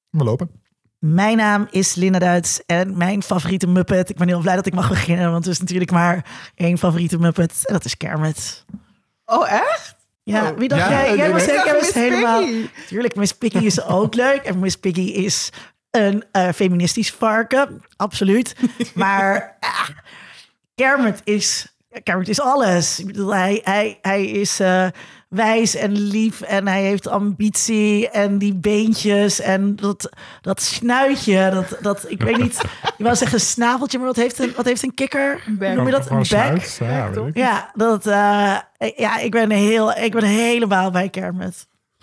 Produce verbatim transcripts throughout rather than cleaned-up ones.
We lopen. Mijn naam is Linda Duits en mijn favoriete Muppet. Ik ben heel blij dat ik mag beginnen, want er is natuurlijk maar één favoriete Muppet. En dat is Kermit. Oh, echt? Ja, wie dacht Ja, jij? nee, Jij nee, was nee. zeker Miss was helemaal... Piggy. Tuurlijk, Miss Piggy is ook leuk. En Miss Piggy is een uh, feministisch varken. Absoluut. Maar uh, Kermit is... Kermit is alles. Ik bedoel, hij, hij, hij is uh, wijs en lief en hij heeft ambitie en die beentjes en dat, dat snuitje. Dat, dat, ik weet niet, je wou zeggen snaveltje, maar wat heeft een, wat heeft een kikker? Bek. Noem je dat? Een bek? Ja, weet ik. Ja, dat, uh, ja ik, ben heel, ik ben helemaal bij Kermit.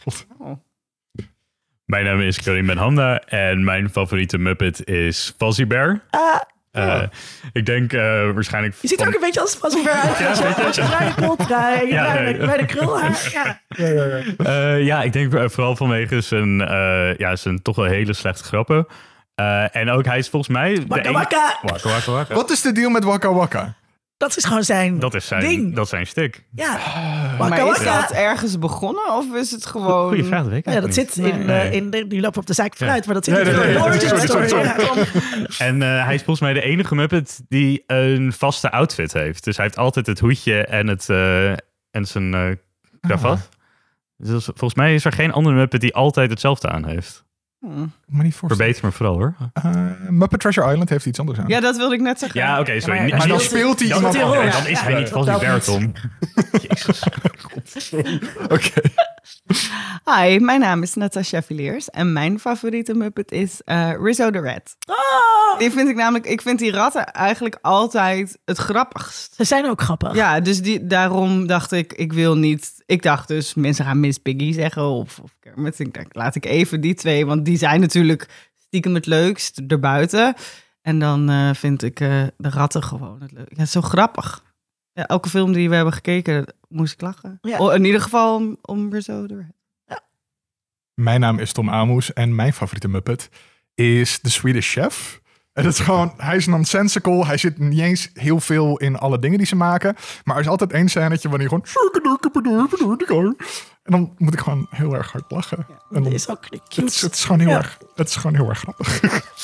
Mijn naam is Karim Ben Hamda en mijn favoriete Muppet is Fuzzy Bear. Uh, Uh, ik denk uh, waarschijnlijk... je ziet er van- ook een beetje als Fuzzy Bear uit. Ja, Als je- weet je. als je bruine kooltrui en je Ja, bruine- nee. bij de krulhaar. Ja. Uh, ja, ik denk uh, vooral vanwege zijn, uh, ja, zijn toch wel hele slechte grappen. Uh, en ook hij is volgens mij... de Wakka enige- wakka. Wakka wakka wakka. Wat is de deal met Wakka Wakka? Dat is gewoon zijn Dat is zijn, ding. dat is zijn stick. Ja. Maar Wakka is wakka. dat ergens begonnen of is het gewoon... Goeie vraag, dat weet ik Ja, dat eigenlijk zit in, Nee. uh, in de, die lopen op de zaak vooruit, maar dat zit Nee, in de nee, nee, origin sorry, sorry, story. sorry. Ja. En uh, hij is volgens mij de enige Muppet die een vaste outfit heeft. Dus hij heeft altijd het hoedje en, het, uh, en zijn uh, kravat. Dus volgens mij is er geen andere Muppet die altijd hetzelfde aan heeft. Hm. Maar niet voorstellen. Verbeter me vooral hoor. Uh, Muppet Treasure Island heeft iets anders aan. Ja, dat wilde ik net zeggen. Ja, oké, sorry. maar- Niet- maar dan niet- speelt hij dan, iemand dan, anders. dan is hij Ja, niet dat Fuzzy Bear, niet. Tom. Jezus. Oké. Hi, mijn naam is Natasha Villiers en mijn favoriete Muppet is uh, Rizzo the Rat. Oh, Die vind ik namelijk, ik vind die ratten eigenlijk altijd het grappigst. ze zijn ook grappig. Ja, dus die, daarom dacht ik, ik wil niet... Ik dacht dus, mensen gaan Miss Piggy zeggen of, of Kermit. Ik denk, laat ik even die twee, want die zijn natuurlijk stiekem het leukst erbuiten. En dan uh, vind ik uh, de ratten gewoon het leuk. Ja, zo grappig. Ja, elke film die we hebben gekeken, moest ik lachen. Ja. Oh, in ieder geval om, om Rizzo the Rat. Mijn naam is Tom Amoes en mijn favoriete Muppet is The Swedish Chef. En dat is gewoon, hij is nonsensical. Hij zit niet eens heel veel in alle dingen die ze maken. Maar er is altijd één scènetje wanneer hij gewoon... En dan moet ik gewoon heel erg hard lachen. En Dat dan, is ook de het, is, cute. het, is gewoon heel Ja. erg, het is gewoon heel erg grappig.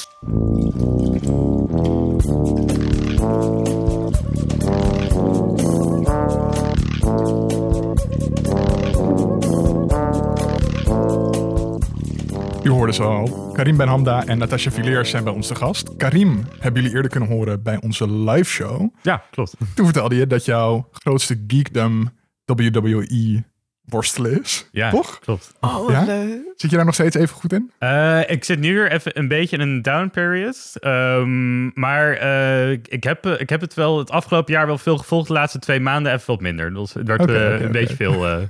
Je hoorde ze al. Karim Ben Hamda en Natasha Villiers zijn bij ons te gast. Karim hebben jullie eerder kunnen horen bij onze live show. Ja, klopt. Toen vertelde je dat jouw grootste geekdom W W E worstelen is. Ja, Toch? klopt. Oh, wat Ja? leuk. Zit je daar nog steeds even goed in? Uh, ik zit nu weer even een beetje in een down period. Um, maar uh, ik, heb, uh, ik heb het wel het afgelopen jaar wel veel gevolgd. De laatste twee maanden even wat minder. Dus het werd Oké, uh, oké, een oké. beetje veel... Uh,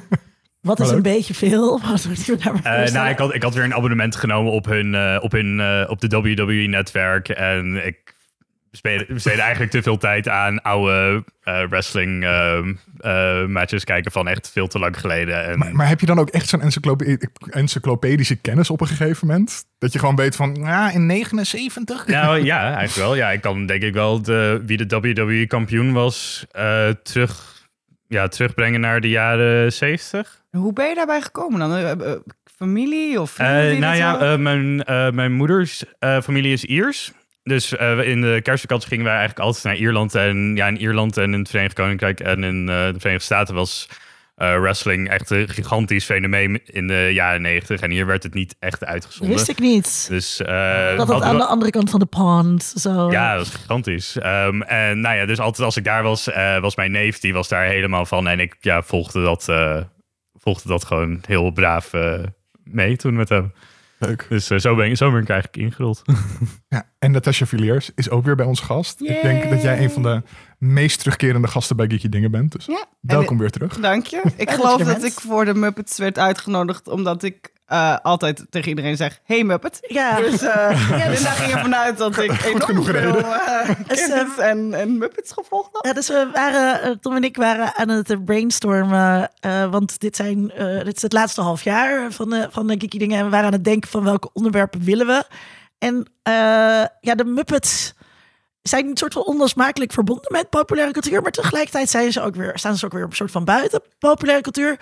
Wat is Maar een leuk. beetje veel? Wat moet je daar maar Uh, nou, ik had, ik had weer een abonnement genomen op, hun, uh, op, hun, uh, op de W W E-netwerk. En ik besteedde, besteedde eigenlijk te veel tijd aan oude uh, wrestling uh, uh, matches kijken van echt veel te lang geleden. En, Maar, maar heb je dan ook echt zo'n encyclope- encyclopedische kennis op een gegeven moment? Dat je gewoon weet van, ja, in negenenzeventig? nou ja, eigenlijk wel. Ja, ik kan denk ik wel de, wie de W W E-kampioen was uh, terug, ja, terugbrengen naar de jaren zeventig. Hoe ben je daarbij gekomen dan? Uh, uh, familie of Uh, vrienden die nou dat ja, hadden? uh, mijn, uh, mijn moeders uh, familie is Iers. Dus uh, in de kerstvakantie gingen wij eigenlijk altijd naar Ierland. En ja, in Ierland en in het Verenigd Koninkrijk en in uh, de Verenigde Staten was uh, wrestling echt een gigantisch fenomeen in de jaren negentig. En hier werd het niet echt uitgezonden. Wist ik niet. Dus, uh, Dat het hadden aan we- de andere kant van de pond. Zo. Ja, dat is gigantisch. Um, en nou ja, dus altijd als ik daar was, uh, was mijn neef, die was daar helemaal van. En ik ja, volgde, dat, uh, volgde dat gewoon heel braaf uh, mee toen met hem. Leuk. Dus uh, zo, ben ik, zo ben ik eigenlijk ingerold. Ja, en Natasha Villiers is ook weer bij ons gast. Ik denk dat jij een van de meest terugkerende gasten bij Geeky Dingen bent. Dus Ja, welkom en- weer terug. Dank je. Ik dat geloof je er dat bent. ik voor de Muppets werd uitgenodigd omdat ik uh, altijd tegen iedereen zeg, hey Muppet. Ja. Dus uh, ja, dus daar ging je vanuit dat ik enorm genoeg veel reden. uh, kennis en, en Muppets gevolgd had. Ja, dus we waren, eh, Tom en ik waren aan het brainstormen, uh, want dit, zijn, uh, dit is het laatste half jaar van de, van de Geeky Dingen. En we waren aan het denken van welke onderwerpen willen we. En uh, ja, de Muppets zijn een soort van onlosmakelijk verbonden met populaire cultuur, maar tegelijkertijd zijn ze ook weer, staan ze ook weer op een soort van buiten populaire cultuur.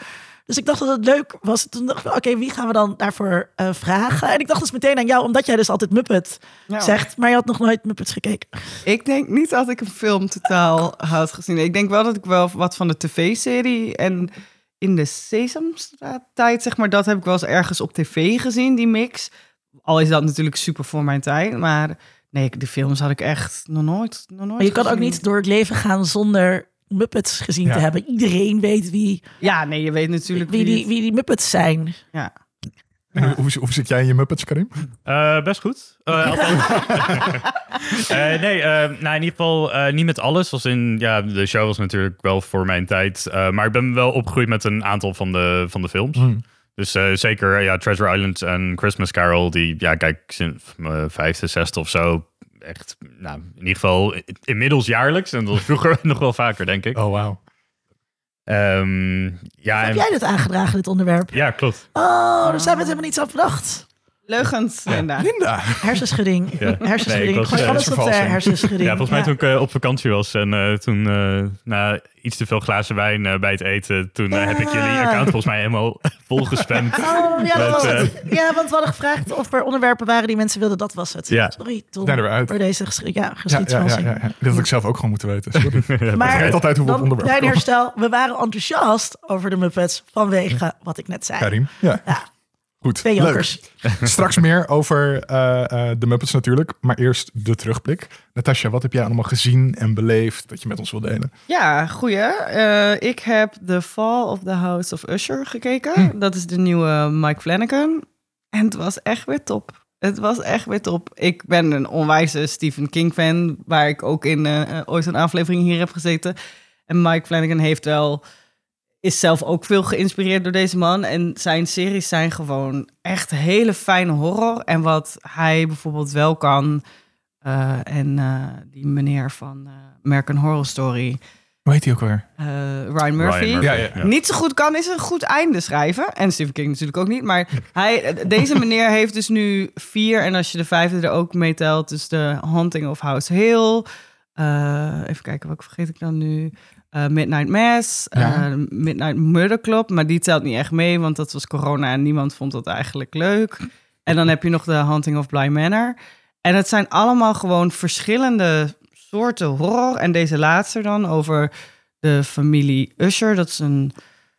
Dus ik dacht dat het leuk was. Toen dacht ik, oké, okay, wie gaan we dan daarvoor uh, vragen? En ik dacht dus meteen aan jou, omdat jij dus altijd Muppet ja. zegt. Maar je had nog nooit Muppets gekeken. Ik denk niet dat ik een film totaal had gezien. Ik denk wel dat ik wel wat van de tv-serie en in de Sesamstraat-tijd, zeg maar, dat heb ik wel eens ergens op tv gezien, die mix. Al is dat natuurlijk super voor mijn tijd, maar nee, de films had ik echt nog nooit, nog nooit Maar je kan gezien. ook niet door het leven gaan zonder Muppets gezien ja. te hebben. Iedereen weet wie... Ja, nee, je weet natuurlijk wie, wie, die, wie die Muppets zijn. Ja. En hoe, hoe, hoe zit jij in je Muppets, Karim? Uh, best goed. Uh, uh, nee, uh, nou in ieder geval uh, niet met alles. Als in, ja, de show was natuurlijk wel voor mijn tijd. Uh, maar ik ben wel opgegroeid met een aantal van de, van de films. Mm. Dus uh, zeker ja, Treasure Island en Christmas Carol. Die, ja, kijk, sinds mijn vijfde, zesde of zo. Echt, nou, in ieder geval inmiddels jaarlijks. En dat was vroeger nog wel vaker, denk ik. Oh, wauw. Um, ja, Heb en... jij dit aangedragen, dit onderwerp? Ja, klopt. Oh, daar zijn we het helemaal niet zo bedacht. Leugend, Linda. Ja. Linda. Hersenschudding. Ja. Hersenschudding. Nee, was, Gooi alles op de hersenschudding. Ja, volgens mij ja. toen ik uh, op vakantie was en uh, toen uh, na iets te veel glazen wijn uh, bij het eten, toen uh, ja. heb ik jullie account volgens mij helemaal volgespamd. Oh, ja, dat was het. Uh, ja, want we hadden gevraagd of er onderwerpen waren die mensen wilden. Dat was het. Ja. Sorry, Tom. Zijn er weer uit. Voor deze geschied, ja, ja, ja, ja, ja, ja. Dat had ik zelf ook gewoon moeten weten. Sorry. ja, maar ik weet altijd hoe we op onderwerp komen. Herstel, we waren enthousiast over de Muppets vanwege wat ik net zei. Karim, ja. ja. Goed, Twee jokers. Straks meer over uh, uh, de Muppets natuurlijk. Maar eerst de terugblik. Natasja, wat heb jij allemaal gezien en beleefd dat je met ons wil delen? Ja, goeie. Uh, ik heb The Fall of the House of Usher gekeken. Hm. Dat is de nieuwe Mike Flanagan. En het was echt weer top. Het was echt weer top. Ik ben een onwijze Stephen King fan, waar ik ook in uh, ooit een aflevering hier heb gezeten. En Mike Flanagan heeft wel... is zelf ook veel geïnspireerd door deze man. En zijn series zijn gewoon echt hele fijne horror. En wat hij bijvoorbeeld wel kan... Uh, en uh, die meneer van uh, American Horror Story... Hoe heet hij ook weer? Uh, Ryan Murphy. Ryan Murphy. Ja, ja, ja. Niet zo goed kan, is een goed einde schrijven. En Stephen King natuurlijk ook niet. Maar hij, deze meneer heeft dus nu vier... en als je de vijfde er ook mee telt... dus de Haunting of House Hill. Uh, even kijken, wat vergeet ik dan nu... Uh, Midnight Mass, ja. uh, Midnight Murder Club, maar die telt niet echt mee, want dat was corona en niemand vond dat eigenlijk leuk. En dan heb je nog de Haunting of Bly Manor. En het zijn allemaal gewoon verschillende soorten horror. En deze laatste dan over de familie Usher, dat is een...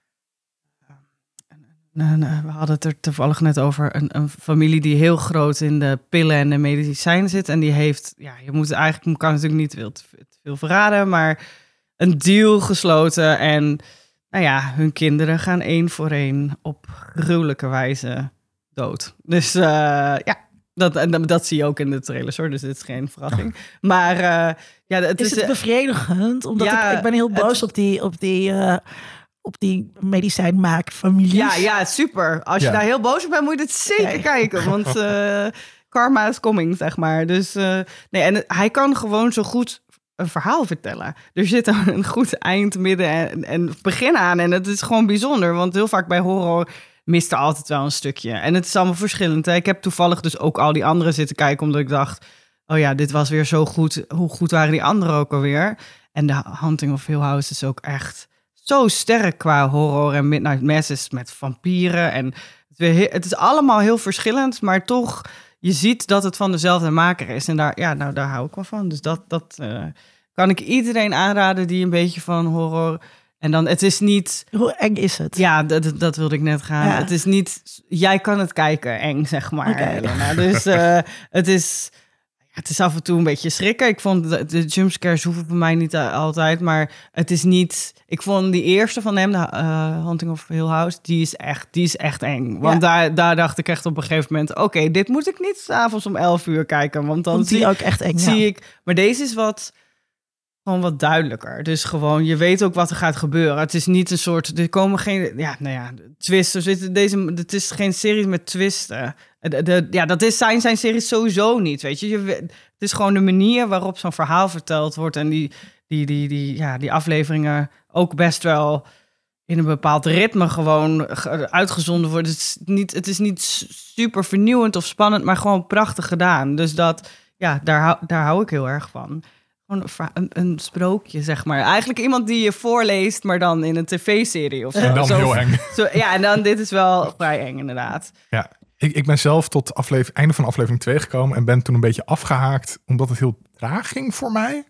We hadden het er toevallig net over een, een familie die heel groot in de pillen en de medicijnen zit. En die heeft, ja, je moet eigenlijk, kan natuurlijk niet veel te veel verraden, maar... een deal gesloten en nou ja, hun kinderen gaan één voor één op gruwelijke wijze dood. Dus uh, ja, dat, en dat zie je ook in de trailers hoor, dus dit is geen verrassing. Maar uh, ja, het is, is het bevredigend? Omdat ja, ik, ik ben heel boos het, op die, op die, uh, op die medicijnmaakfamilies. Ja, ja, super. Als je ja. daar heel boos op bent, moet je het zeker okay. kijken, want uh, karma is coming, zeg maar. Dus uh, nee, en hij kan gewoon zo goed een verhaal vertellen. Er zit een goed eind, midden en, en begin aan. En het is gewoon bijzonder, want heel vaak bij horror mist er altijd wel een stukje. En het is allemaal verschillend. Hè? Ik heb toevallig dus ook al die andere zitten kijken, omdat ik dacht, oh ja, dit was weer zo goed. Hoe goed waren die anderen ook alweer? En de Haunting of Hill House is ook echt zo sterk qua horror. En Midnight Mass is met vampieren. En het, weer, het is allemaal heel verschillend, maar toch... je ziet dat het van dezelfde maker is. En daar, ja, nou, daar hou ik wel van. Dus dat, dat uh, kan ik iedereen aanraden die een beetje van horror... En dan, het is niet... Hoe eng is het? Ja, dat, dat wilde ik net gaan. Ja. Het is niet... Jij kan het kijken, eng, zeg maar. Okay. Helena. Dus uh, het is... Het is af en toe een beetje schrikken. Ik vond de, de jumpscares hoeven voor mij niet altijd, maar het is niet... Ik vond die eerste van hem, de uh, Haunting of Hill House, die is echt, die is echt eng. Want ja. daar, daar dacht ik echt op een gegeven moment, oké, okay, dit moet ik niet 's avonds om elf uur kijken, want dan vond zie die ook echt eng. Zie ja. ik. Maar deze is wat gewoon wat duidelijker. Dus gewoon, je weet ook wat er gaat gebeuren. Het is niet een soort, er komen geen, ja, nou ja, twists. Deze, het is geen serie met twisten. De, de, ja, dat is zijn, zijn series sowieso niet, weet je. je. Het is gewoon de manier waarop zo'n verhaal verteld wordt. En die, die, die, die, ja, die afleveringen ook best wel in een bepaald ritme gewoon uitgezonden worden. Het is niet, het is niet super vernieuwend of spannend, maar gewoon prachtig gedaan. Dus dat, ja, daar, daar hou ik heel erg van. Een, een, een sprookje, zeg maar. Eigenlijk iemand die je voorleest, maar dan in een tv-serie of zo. En dan zo, heel eng. Zo, ja, en dan dit is wel vrij eng, inderdaad. Ja, ik, ik ben zelf tot aflever, einde van aflevering twee gekomen en ben toen een beetje afgehaakt, omdat het heel traag ging voor mij.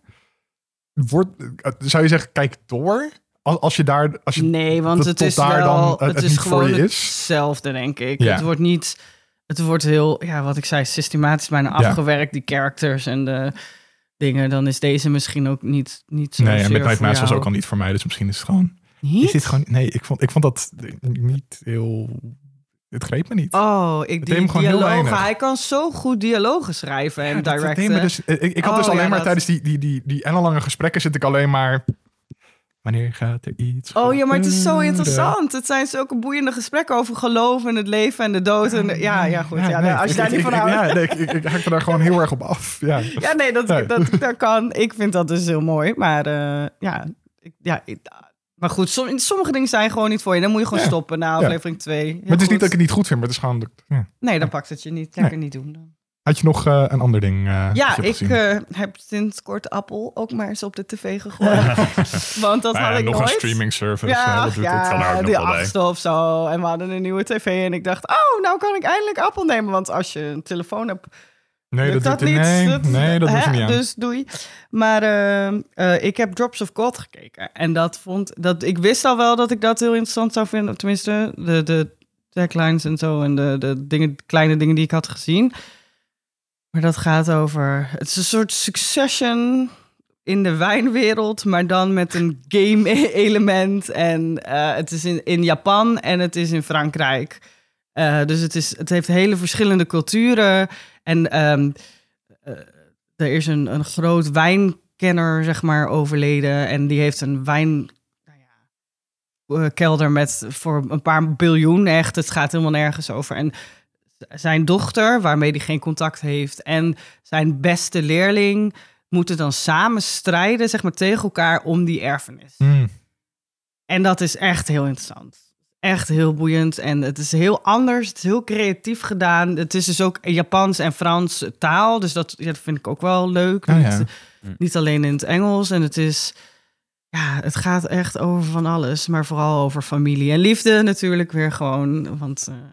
Wordt, zou je zeggen, kijk door? Als, als je daar... Als je Nee, want het is daar wel... dan, het, het het is niet gewoon voor je is. hetzelfde, denk ik. Ja. Het wordt niet... Het wordt heel, ja, wat ik zei, systematisch bijna Ja. afgewerkt, die characters en de dingen. Dan is deze misschien ook niet, niet zo Nee, en zeer Midnight voor Mass was jou. ook al niet voor mij, dus misschien is het gewoon... Niet? Is dit gewoon... Nee, ik vond, ik vond dat niet heel... Het greep me niet. Oh, ik deed die hem gewoon heel dialogen. weinig. Hij kan zo goed dialogen schrijven en Ja, dat- dat deed directen. me dus, ik, ik had Oh, dus alleen ja, maar dat- tijdens die, die, die, die ellenlange gesprekken zit ik alleen maar... Wanneer gaat er iets Oh ja, maar het is zo gebeuren? interessant. Het zijn zulke boeiende gesprekken over geloof en het leven en de dood. En de- ja, ja, goed. Ja, nee, als je ik- daar ik- niet van ik- houdt. Ja, nee, ik, ik, ik haakte daar gewoon heel erg op af. Ja. Ja, nee, dat, Nee. dat, dat kan. Ik vind dat dus heel mooi. Maar uh, ja, ik, ja ik, maar goed, som, sommige dingen zijn gewoon niet voor je. Dan moet je gewoon Ja. stoppen na Ja. aflevering twee. Maar het is niet dat ik het niet goed vind, maar het is gewoon... Ja. Nee, dan pakt het je niet. Lekker niet doen dan. Had je nog uh, een ander ding uh, Ja, dat je ik hebt gezien? uh, heb sinds kort Apple ook maar eens op de tv gegooid. Want dat Nou ja, had ik nog nooit. een streaming service. Ja, uh, dat doet ja het. kan er ook nog die wel bij. achtste of zo. En we hadden een nieuwe tv en ik dacht, oh, nou kan ik eindelijk Apple nemen. Want als je een telefoon hebt, Nee, lukt dat, dat doet niet. hij- Nee, Dat- nee, dat hè? doet hij niet aan. Dus doei. Maar uh, uh, ik heb Drops of God gekeken. En dat vond... Dat, ik wist al wel dat ik dat heel interessant zou vinden. Tenminste, de, de taglines en zo. En de, de dingen, kleine dingen die ik had gezien. Maar dat gaat over... Het is een soort Succession in de wijnwereld, maar dan met een game-element. En uh, het is in, in Japan en het is in Frankrijk. Uh, dus het, is, het heeft hele verschillende culturen. En um, uh, er is een, een groot wijnkenner, zeg maar, overleden. En die heeft een wijn... Nou ja, uh, kelder met voor een paar biljoen, echt. Het gaat helemaal nergens over. En zijn dochter, waarmee hij geen contact heeft, en zijn beste leerling moeten dan samen strijden, zeg maar, tegen elkaar om die erfenis. Mm. En dat is echt heel interessant. Echt heel boeiend. En het is heel anders. Het is heel creatief gedaan. Het is dus ook Japans en Frans taal. Dus dat, ja, dat vind ik ook wel leuk. Oh, niet, ja. niet alleen in het Engels. En het is... Ja, het gaat echt over van alles. Maar vooral over familie en liefde natuurlijk weer gewoon. Want... Uh,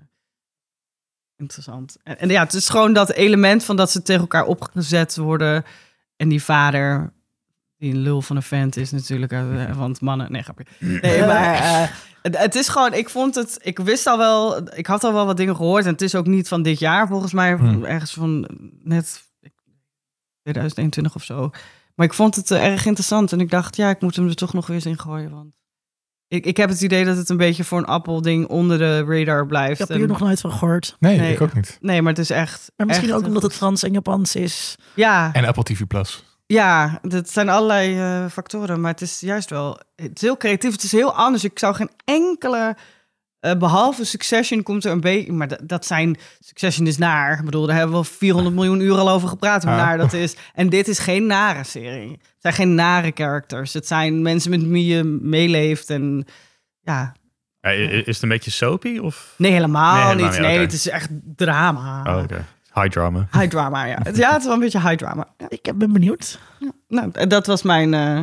interessant. En, en ja, het is gewoon dat element van dat ze tegen elkaar opgezet worden. En die vader, die een lul van een vent is natuurlijk, uh, want mannen, nee, grapje. Nee, maar uh, het, het is gewoon, ik vond het, ik wist al wel, ik had al wel wat dingen gehoord. En het is ook niet van dit jaar, volgens mij, hmm. ergens van net twintig eenentwintig of zo. Maar ik vond het uh, erg interessant. En ik dacht, ja, ik moet hem er toch nog weer eens in gooien, want... Ik, ik heb het idee dat het een beetje voor een Apple-ding onder de radar blijft. Ik heb en... hier nog nooit van gehoord. Nee, Nee. ik ook niet. Nee, maar het is echt... Maar misschien echt ook omdat goed. het Frans en Japans is. Ja, En Apple T V Plus. ja, dat zijn allerlei uh, factoren. Maar het is juist wel... Het is heel creatief, het is heel anders. Ik zou geen enkele... Uh, behalve Succession komt er een beetje... Maar d- dat zijn... Succession is naar. Ik bedoel, daar hebben we vierhonderd miljoen uur al over gepraat. Hoe Ah. naar dat is. En dit is geen nare serie. Het zijn geen nare characters. Het zijn mensen met wie je meeleeft. En ja... Ja, is het een beetje soapy? Of? Nee, helemaal, Nee, helemaal niet. niet, Nee, oké. het is echt drama. Oh, oké. Okay. High drama. High drama, ja. Het- Ja, het is wel een beetje high drama. Ja. Ik ben benieuwd. Nou, dat was mijn... Uh...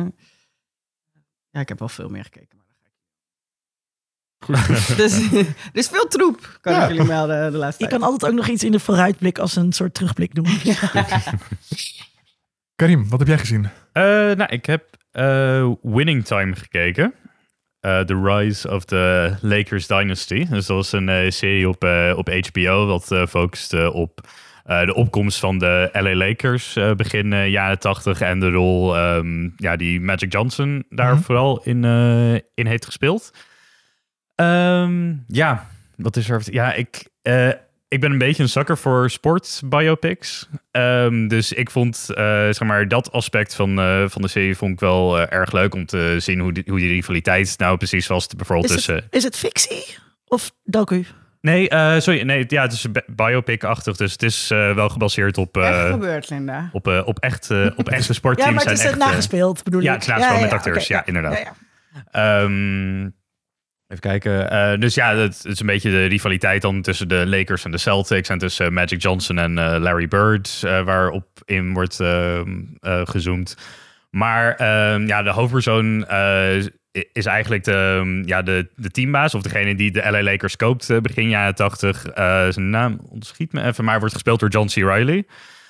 Ja, ik heb wel veel meer gekeken. Maar dus er is veel troep, kan Ja. ik jullie melden de laatste Je tijd. kan altijd ook nog iets in de vooruitblik als een soort terugblik doen. Karim, wat heb jij gezien? Uh, nou, ik heb uh, Winning Time gekeken. Uh, The Rise of the Lakers Dynasty. Dus dat was een uh, serie op, uh, op H B O... wat uh, focuste op uh, de opkomst van de L A Lakers... Uh, begin uh, jaren tachtig... en de rol um, ja, die Magic Johnson daar Mhm. vooral in, uh, in heeft gespeeld. Um, ja, wat is er... Ja, ik... Uh, Ik ben een beetje een zakker voor sportbiopics. Um, dus ik vond uh, zeg maar, dat aspect van, uh, van de serie vond ik wel uh, erg leuk om te zien hoe die, hoe die rivaliteit nou precies was. Bijvoorbeeld Is tussen. het, is het fictie of docu? Nee, uh, sorry, nee, ja, het is biopic-achtig. Dus het is uh, wel gebaseerd op. Uh, Echt gebeurd, Linda. op, uh, op, echt, uh, op echte Ja, sportteams. maar het is zijn het echt, uh, nagespeeld, bedoel ja, ik. het is nagespeeld met acteurs, oké, ja, inderdaad. ja, ja. Um, even kijken. Uh, dus ja, het, het is een beetje de rivaliteit dan tussen de Lakers en de Celtics. En tussen uh, Magic Johnson en uh, Larry Bird. Uh, waarop in wordt uh, uh, gezoomd. Maar uh, ja, de hoofdpersoon uh, is eigenlijk de, ja, de, de teambaas... of degene die de L A Lakers koopt uh, begin jaren tachtig. Uh, zijn naam ontschiet me even, maar wordt gespeeld door John C. Reilly.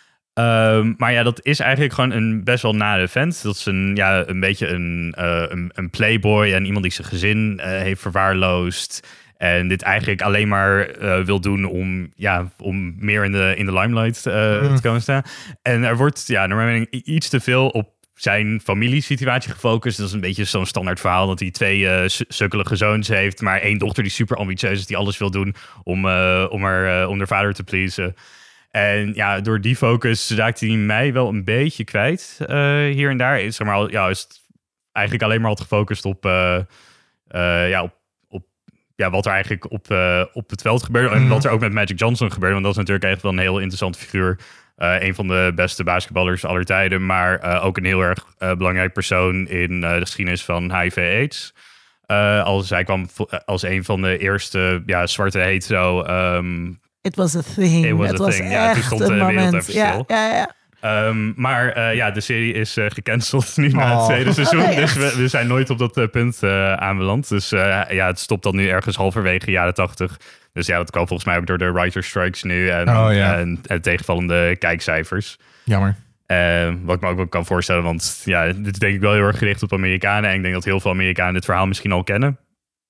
Um, maar ja, dat is eigenlijk gewoon een best wel nare vent. Dat is een, ja, een beetje een, uh, een, een playboy en iemand die zijn gezin uh, heeft verwaarloosd. En dit eigenlijk alleen maar uh, wil doen om, ja, om meer in de, in de limelight uh, mm. te komen staan. En er wordt ja, naar mijn mening iets te veel op zijn familiesituatie gefocust. Dat is een beetje zo'n standaard verhaal dat hij twee uh, sukkelige zoons heeft, maar één dochter die super ambitieus is, die alles wil doen om, uh, om, haar, uh, om haar vader te pleasen. En ja, door die focus raakte hij mij wel een beetje kwijt uh, hier en daar. Is, zeg maar, ja, is het eigenlijk alleen maar had gefocust op, uh, uh, ja, op, op ja, wat er eigenlijk op, uh, op het veld gebeurde. En wat er ook met Magic Johnson gebeurde. Want dat is natuurlijk echt wel een heel interessante figuur. Uh, een van de beste basketballers aller tijden. Maar uh, ook een heel erg uh, belangrijk persoon in uh, de geschiedenis van H I V-AIDS. Uh, als hij kwam als een van de eerste ja, zwarte hetero... Um, It was a thing. It was Het a was thing. echt Ja, toen stond de een wereld moment. even Ja, stil. ja, ja. Um, maar uh, ja, de serie is uh, gecanceld nu na het Oh. tweede seizoen. Oh, nee, dus we, we zijn nooit op dat uh, punt uh, aanbeland. Dus uh, ja, het stopt dan nu ergens halverwege jaren tachtig. Dus ja, dat kwam volgens mij ook door de writer strikes nu. En, Oh, ja. en, en tegenvallende kijkcijfers. Jammer. Uh, wat ik me ook wel kan voorstellen. Want ja, dit is denk ik wel heel erg gericht op Amerikanen. En ik denk dat heel veel Amerikanen dit verhaal misschien al kennen.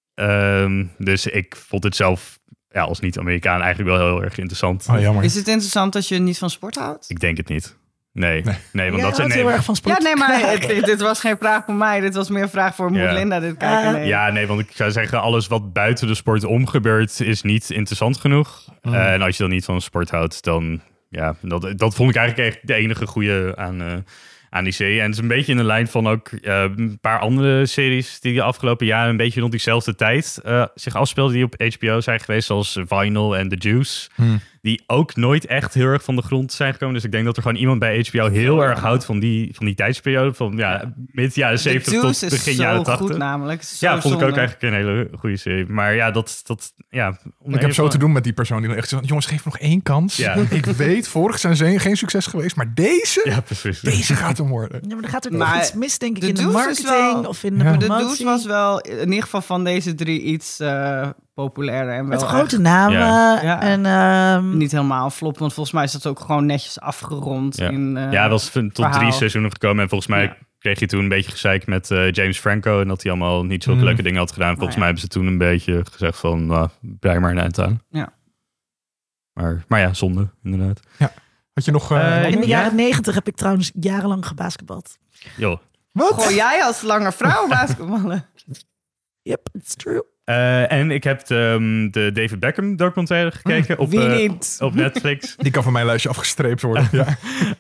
Um, dus ik vond het zelf... ja, als niet-Amerikaan eigenlijk wel heel erg interessant. Oh, jammer. Is het interessant als je niet van sport houdt? Ik denk het niet. Nee, nee, nee want Jij dat houdt nee, heel erg van sport. Ja, nee, maar het, dit, dit was geen vraag voor mij. Dit was meer een vraag voor moet Ja. Linda dit kijken? Ah. Nee. Ja, nee, want ik zou zeggen, alles wat buiten de sport om gebeurt, is niet interessant genoeg. Mm. Uh, en als je dan niet van sport houdt, dan... ja, dat, dat vond ik eigenlijk echt de enige goede aan, uh, aan die serie. En het is een beetje in de lijn van ook uh, een paar andere series die de afgelopen jaren een beetje rond diezelfde tijd uh, zich afspeelden, die op H B O zijn geweest, zoals Vinyl en The Juice. Hmm. Die ook nooit echt heel erg van de grond zijn gekomen. Dus ik denk dat er gewoon iemand bij H B O heel erg houdt van die, van die tijdsperiode. Van ja, mid jaren The zeventig Deuce tot is begin zo jaren tachtig. goed namelijk. Zo Ja, vond ik ook zonde. eigenlijk een hele goede serie. Maar ja, dat... dat ja, om Ik heb zo even- te doen met die persoon die dan echt zegt... jongens, geef me nog één kans. Ja. Ik weet, vorig zijn ze geen succes geweest... maar deze, Ja, precies. deze gaat hem worden. Ja, maar er gaat ook Maar nog iets mis, denk ik, de in de Deuce is marketing wel- of in de Ja. De promotie. Deuce was wel in ieder geval van deze drie iets uh, populairder. En wel Met grote echt namen. Ja. Ja. En, ehm, niet helemaal flop, want volgens mij is dat ook gewoon netjes afgerond. Ja, in, uh, ja hij was tot verhaal. drie seizoenen gekomen. En volgens mij Ja. kreeg hij toen een beetje gezeik met uh, James Franco. En dat hij allemaal niet zulke Mm. leuke dingen had gedaan. Volgens ja. mij hebben ze toen een beetje gezegd van... nou, brei maar een eind aan. Ja. Maar, maar ja, zonde, inderdaad. Had je nog... uh, Eh, nog in de meer? ja. jaren negentig heb ik trouwens jarenlang gebasketbald. Joh. Wat? Goh, jij als lange vrouw basketballen. Yep, it's true. Uh, en ik heb de, um, de David Beckham documentaire gekeken op, Wie uh, niet? op Netflix. Die kan van mijn lijstje afgestreept worden. Ja.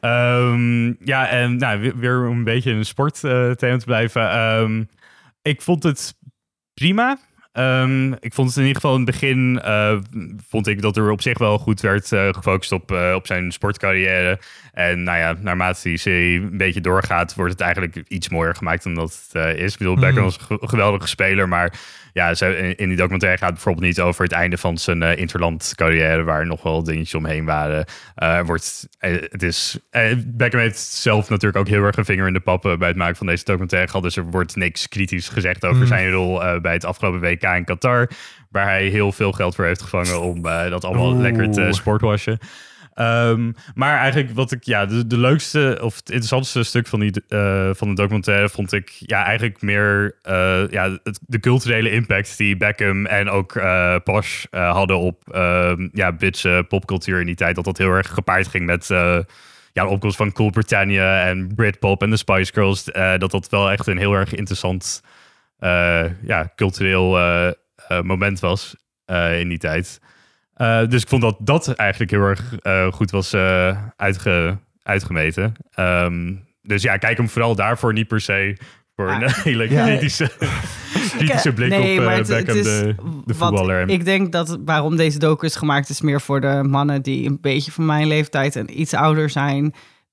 Um, ja, en nou, weer, weer om een beetje in een sportthema uh, te blijven. Um, ik vond het prima. Um, ik vond het in ieder geval in het begin... Uh, vond ik dat er op zich wel goed werd uh, gefocust op, uh, op zijn sportcarrière. En nou ja, naarmate die serie een beetje doorgaat... wordt het eigenlijk iets mooier gemaakt dan dat het uh, is. Ik bedoel, Beckham was een ge- geweldige speler... maar ja, ze, in die documentaire gaat het bijvoorbeeld niet over het einde van zijn uh, interland carrière, waar nog wel dingetjes omheen waren. Uh, wordt, uh, het is, uh, Beckham heeft zelf natuurlijk ook heel erg een vinger in de pap bij het maken van deze documentaire gehad. Dus er wordt niks kritisch gezegd over Mm. zijn rol uh, bij het afgelopen W K in Qatar, waar hij heel veel geld voor heeft gevangen om uh, dat allemaal Oeh. lekker te sportwashen. Um, maar eigenlijk wat ik, ja, de, de leukste of het interessantste stuk van, die, uh, van de documentaire vond ik ja, eigenlijk meer uh, ja, het, de culturele impact die Beckham en ook uh, Posh uh, hadden op uh, ja, Britse popcultuur in die tijd. Dat dat heel erg gepaard ging met uh, ja, de opkomst van Cool Britannia en Britpop en de Spice Girls. Uh, dat dat wel echt een heel erg interessant uh, ja, cultureel uh, uh, moment was uh, in die tijd. Uh, dus ik vond dat dat eigenlijk heel erg uh, goed was uh, uitge, uitgemeten. Um, dus ja, kijk hem vooral daarvoor, niet per se voor Ah. een hele Ja. kritische, kritische blik Nee, op maar uh, het- het Beckham, is de, de wat voetballer. ik denk dat waarom deze docu is gemaakt is meer voor de mannen die een beetje van mijn leeftijd en iets ouder zijn.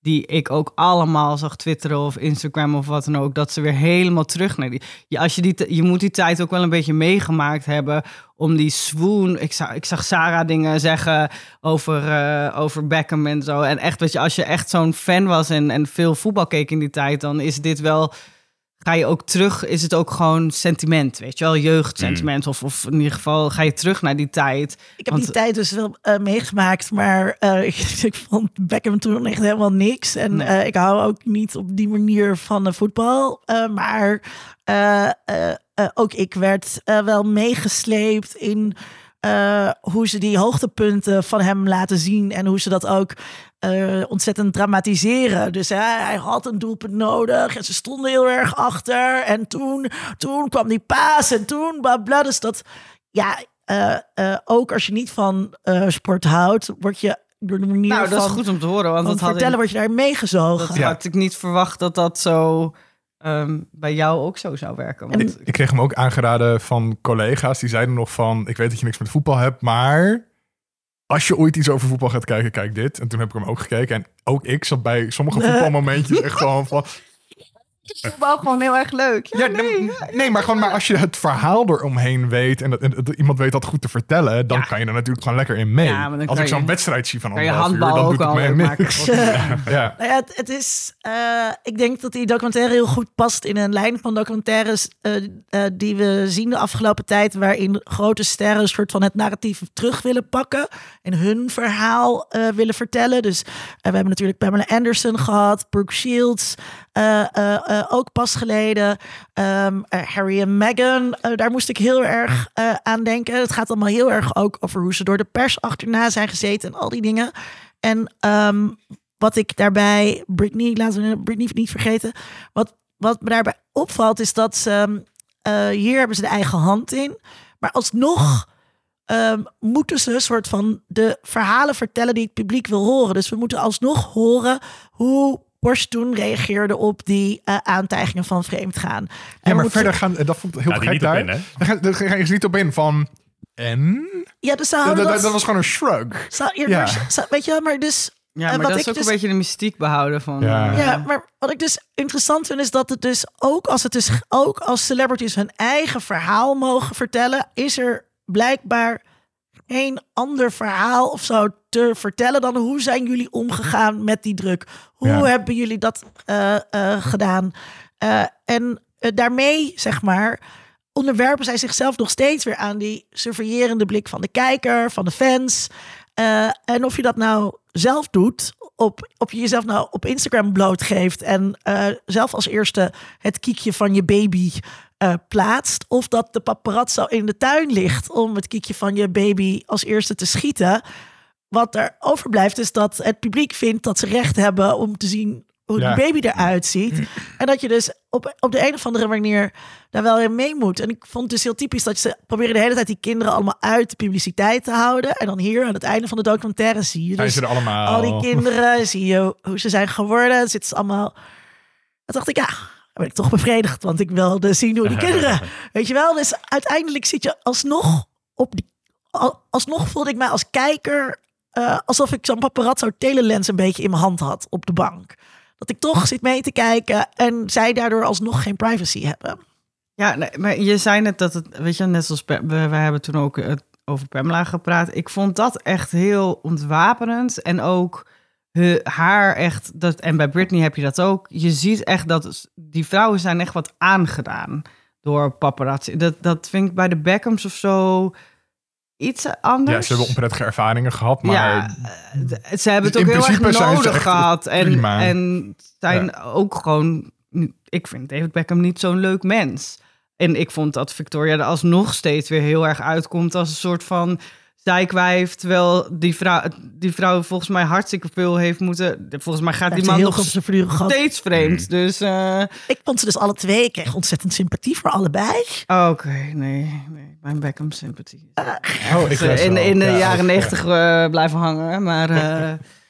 die ik ook allemaal zag twitteren of Instagram of wat dan ook, dat ze weer helemaal terug naar die... Ja, als je, die je moet die tijd ook wel een beetje meegemaakt hebben om die swoon... Ik zag, ik zag Sarah dingen zeggen over, uh, over Beckham en zo. En echt, weet je, als je echt zo'n fan was en, en veel voetbal keek in die tijd, dan is dit wel... Ga je ook terug, is het ook gewoon sentiment, weet je wel, jeugdsentiment. Mm. Of, of in ieder geval ga je terug naar die tijd. Ik heb Want, die tijd dus wel uh, meegemaakt, maar uh, ik, ik vond Beckham toen echt helemaal niks. En nee. uh, ik hou ook niet op die manier van de voetbal. Uh, maar uh, uh, uh, ook ik werd uh, wel meegesleept in uh, hoe ze die hoogtepunten van hem laten zien. En hoe ze dat ook... Uh, ontzettend dramatiseren. Dus uh, hij had een doelpunt nodig en ze stonden heel erg achter. En toen, toen kwam die paas en toen bla bla. Dus dat, ja, uh, uh, ook als je niet van uh, sport houdt, word je door de manier nou, van... dat is goed om te horen. Want dat vertellen ik, word je daar meegezogen. Dat ja. had ik niet verwacht dat dat zo um, bij jou ook zo zou werken. Want... Ik, ik kreeg hem ook aangeraden van collega's. Die zeiden nog van, ik weet dat je niks met voetbal hebt, maar... Als je ooit iets over voetbal gaat kijken, kijk dit. En toen heb ik hem ook gekeken. En ook ik zat bij sommige voetbalmomentjes echt gewoon van... Voetbal gewoon heel erg leuk. Ja, Ja, nee, nee, nee, maar gewoon maar als je het verhaal eromheen weet... en, dat, en dat iemand weet dat goed te vertellen... dan Ja. kan je er natuurlijk gewoon lekker in mee. Ja, maar dan als kan ik zo'n je- wedstrijd zie van kan je anderhalf uur... handbal dan ook doet al het mij leuk niks. maken. Ja. Nou ja, het, het is... Uh, ik denk dat die documentaire heel goed past in een lijn van documentaires... Uh, uh, die we zien de afgelopen tijd... waarin grote sterren een soort van het narratief terug willen pakken... en hun verhaal uh, willen vertellen. Dus uh, we hebben natuurlijk Pamela Anderson gehad... Brooke Shields, uh, uh, uh, ook pas geleden... Um, uh, Harry en Meghan, uh, daar moest ik heel erg uh, aan denken. Het gaat allemaal heel erg ook over hoe ze door de pers achterna zijn gezeten... en al die dingen. En... Um, Wat ik daarbij, Britney, laten we Britney niet vergeten. Wat, wat me daarbij opvalt is dat ze, uh, hier hebben ze de eigen hand in. Maar alsnog um, moeten ze een soort van de verhalen vertellen die het publiek wil horen. Dus we moeten alsnog horen hoe Porsche toen reageerde op die uh, aantijgingen van vreemdgaan. Ja, maar verder gaan, dat vond ik heel Ja, die gek niet op daar. in, hè? Daar gaan- Daar gaan ze niet op in van... En? Ja, dus ze Dat, houden dat, dat... dat was gewoon een shrug. ze- ja, Ja. maar ze- weet je, maar dus... Ja, Uh, maar wat dat ik is ook dus- een beetje de mystiek behouden van... Ja. uh, Ja, maar wat ik dus interessant vind is dat het dus ook als het dus ook als celebrities hun eigen verhaal mogen vertellen, is er blijkbaar geen ander verhaal of zo te vertellen dan hoe zijn jullie omgegaan met die druk? Hoe Ja. hebben jullie dat uh, uh, gedaan? Uh, en uh, daarmee, zeg maar, onderwerpen zij zichzelf nog steeds weer aan die surveillerende blik van de kijker, van de fans. Uh, en of je dat nou zelf doet, op, of je jezelf nou op Instagram blootgeeft en uh, zelf als eerste het kiekje van je baby uh, plaatst, of dat de paparazzo in de tuin ligt om het kiekje van je baby als eerste te schieten. Wat er overblijft is dat het publiek vindt dat ze recht hebben om te zien hoe Ja. die baby eruit ziet. En dat je dus op, op de een of andere manier daar wel in mee moet. En ik vond het dus heel typisch dat ze proberen de hele tijd die kinderen allemaal uit de publiciteit te houden. En dan hier aan het einde van de documentaire zie je Zijn dus ze er allemaal? al die kinderen, zie je hoe ze zijn geworden. Dan zitten ze allemaal... Dan dacht ik, ja, dan ben ik toch bevredigd. Want ik wilde zien hoe die kinderen... Weet je wel? Dus uiteindelijk zit je alsnog op die... al- Alsnog voelde ik mij als kijker... Uh, alsof ik zo'n paparazzo telelens een beetje in mijn hand had op de bank. Dat ik toch zit mee te kijken en zij daardoor alsnog geen privacy hebben. Ja, nee, maar je zei net dat het, weet je, net zoals Pam- we, we hebben toen ook het over Pamela gepraat. Ik vond dat echt heel ontwapenend en ook he, haar echt, dat, en bij Britney heb je dat ook. Je ziet echt dat die vrouwen zijn echt wat aangedaan door paparazzi. Dat, dat vind ik bij de Beckhams of zo iets anders. Ja, ze hebben onprettige ervaringen gehad, maar... Ja, eh, ze hebben het in ook heel erg principe zijn ze nodig echt gehad. En, prima. en zijn ook gewoon... Ik vind David Beckham niet zo'n leuk mens. En ik vond dat Victoria er alsnog steeds weer heel erg uitkomt als een soort van zijkwijf. Terwijl die vrouw, die vrouw volgens mij hartstikke veel heeft moeten... Volgens mij gaat die man nog steeds vreemd. Dus... Uh... Ik vond ze dus alle twee. Ik kreeg ontzettend sympathie voor allebei. Oké, okay, nee, nee. Mijn Beckham sympathie. Uh, oh, ik in, in de ja, jaren negentig uh, blijven hangen. Maar uh,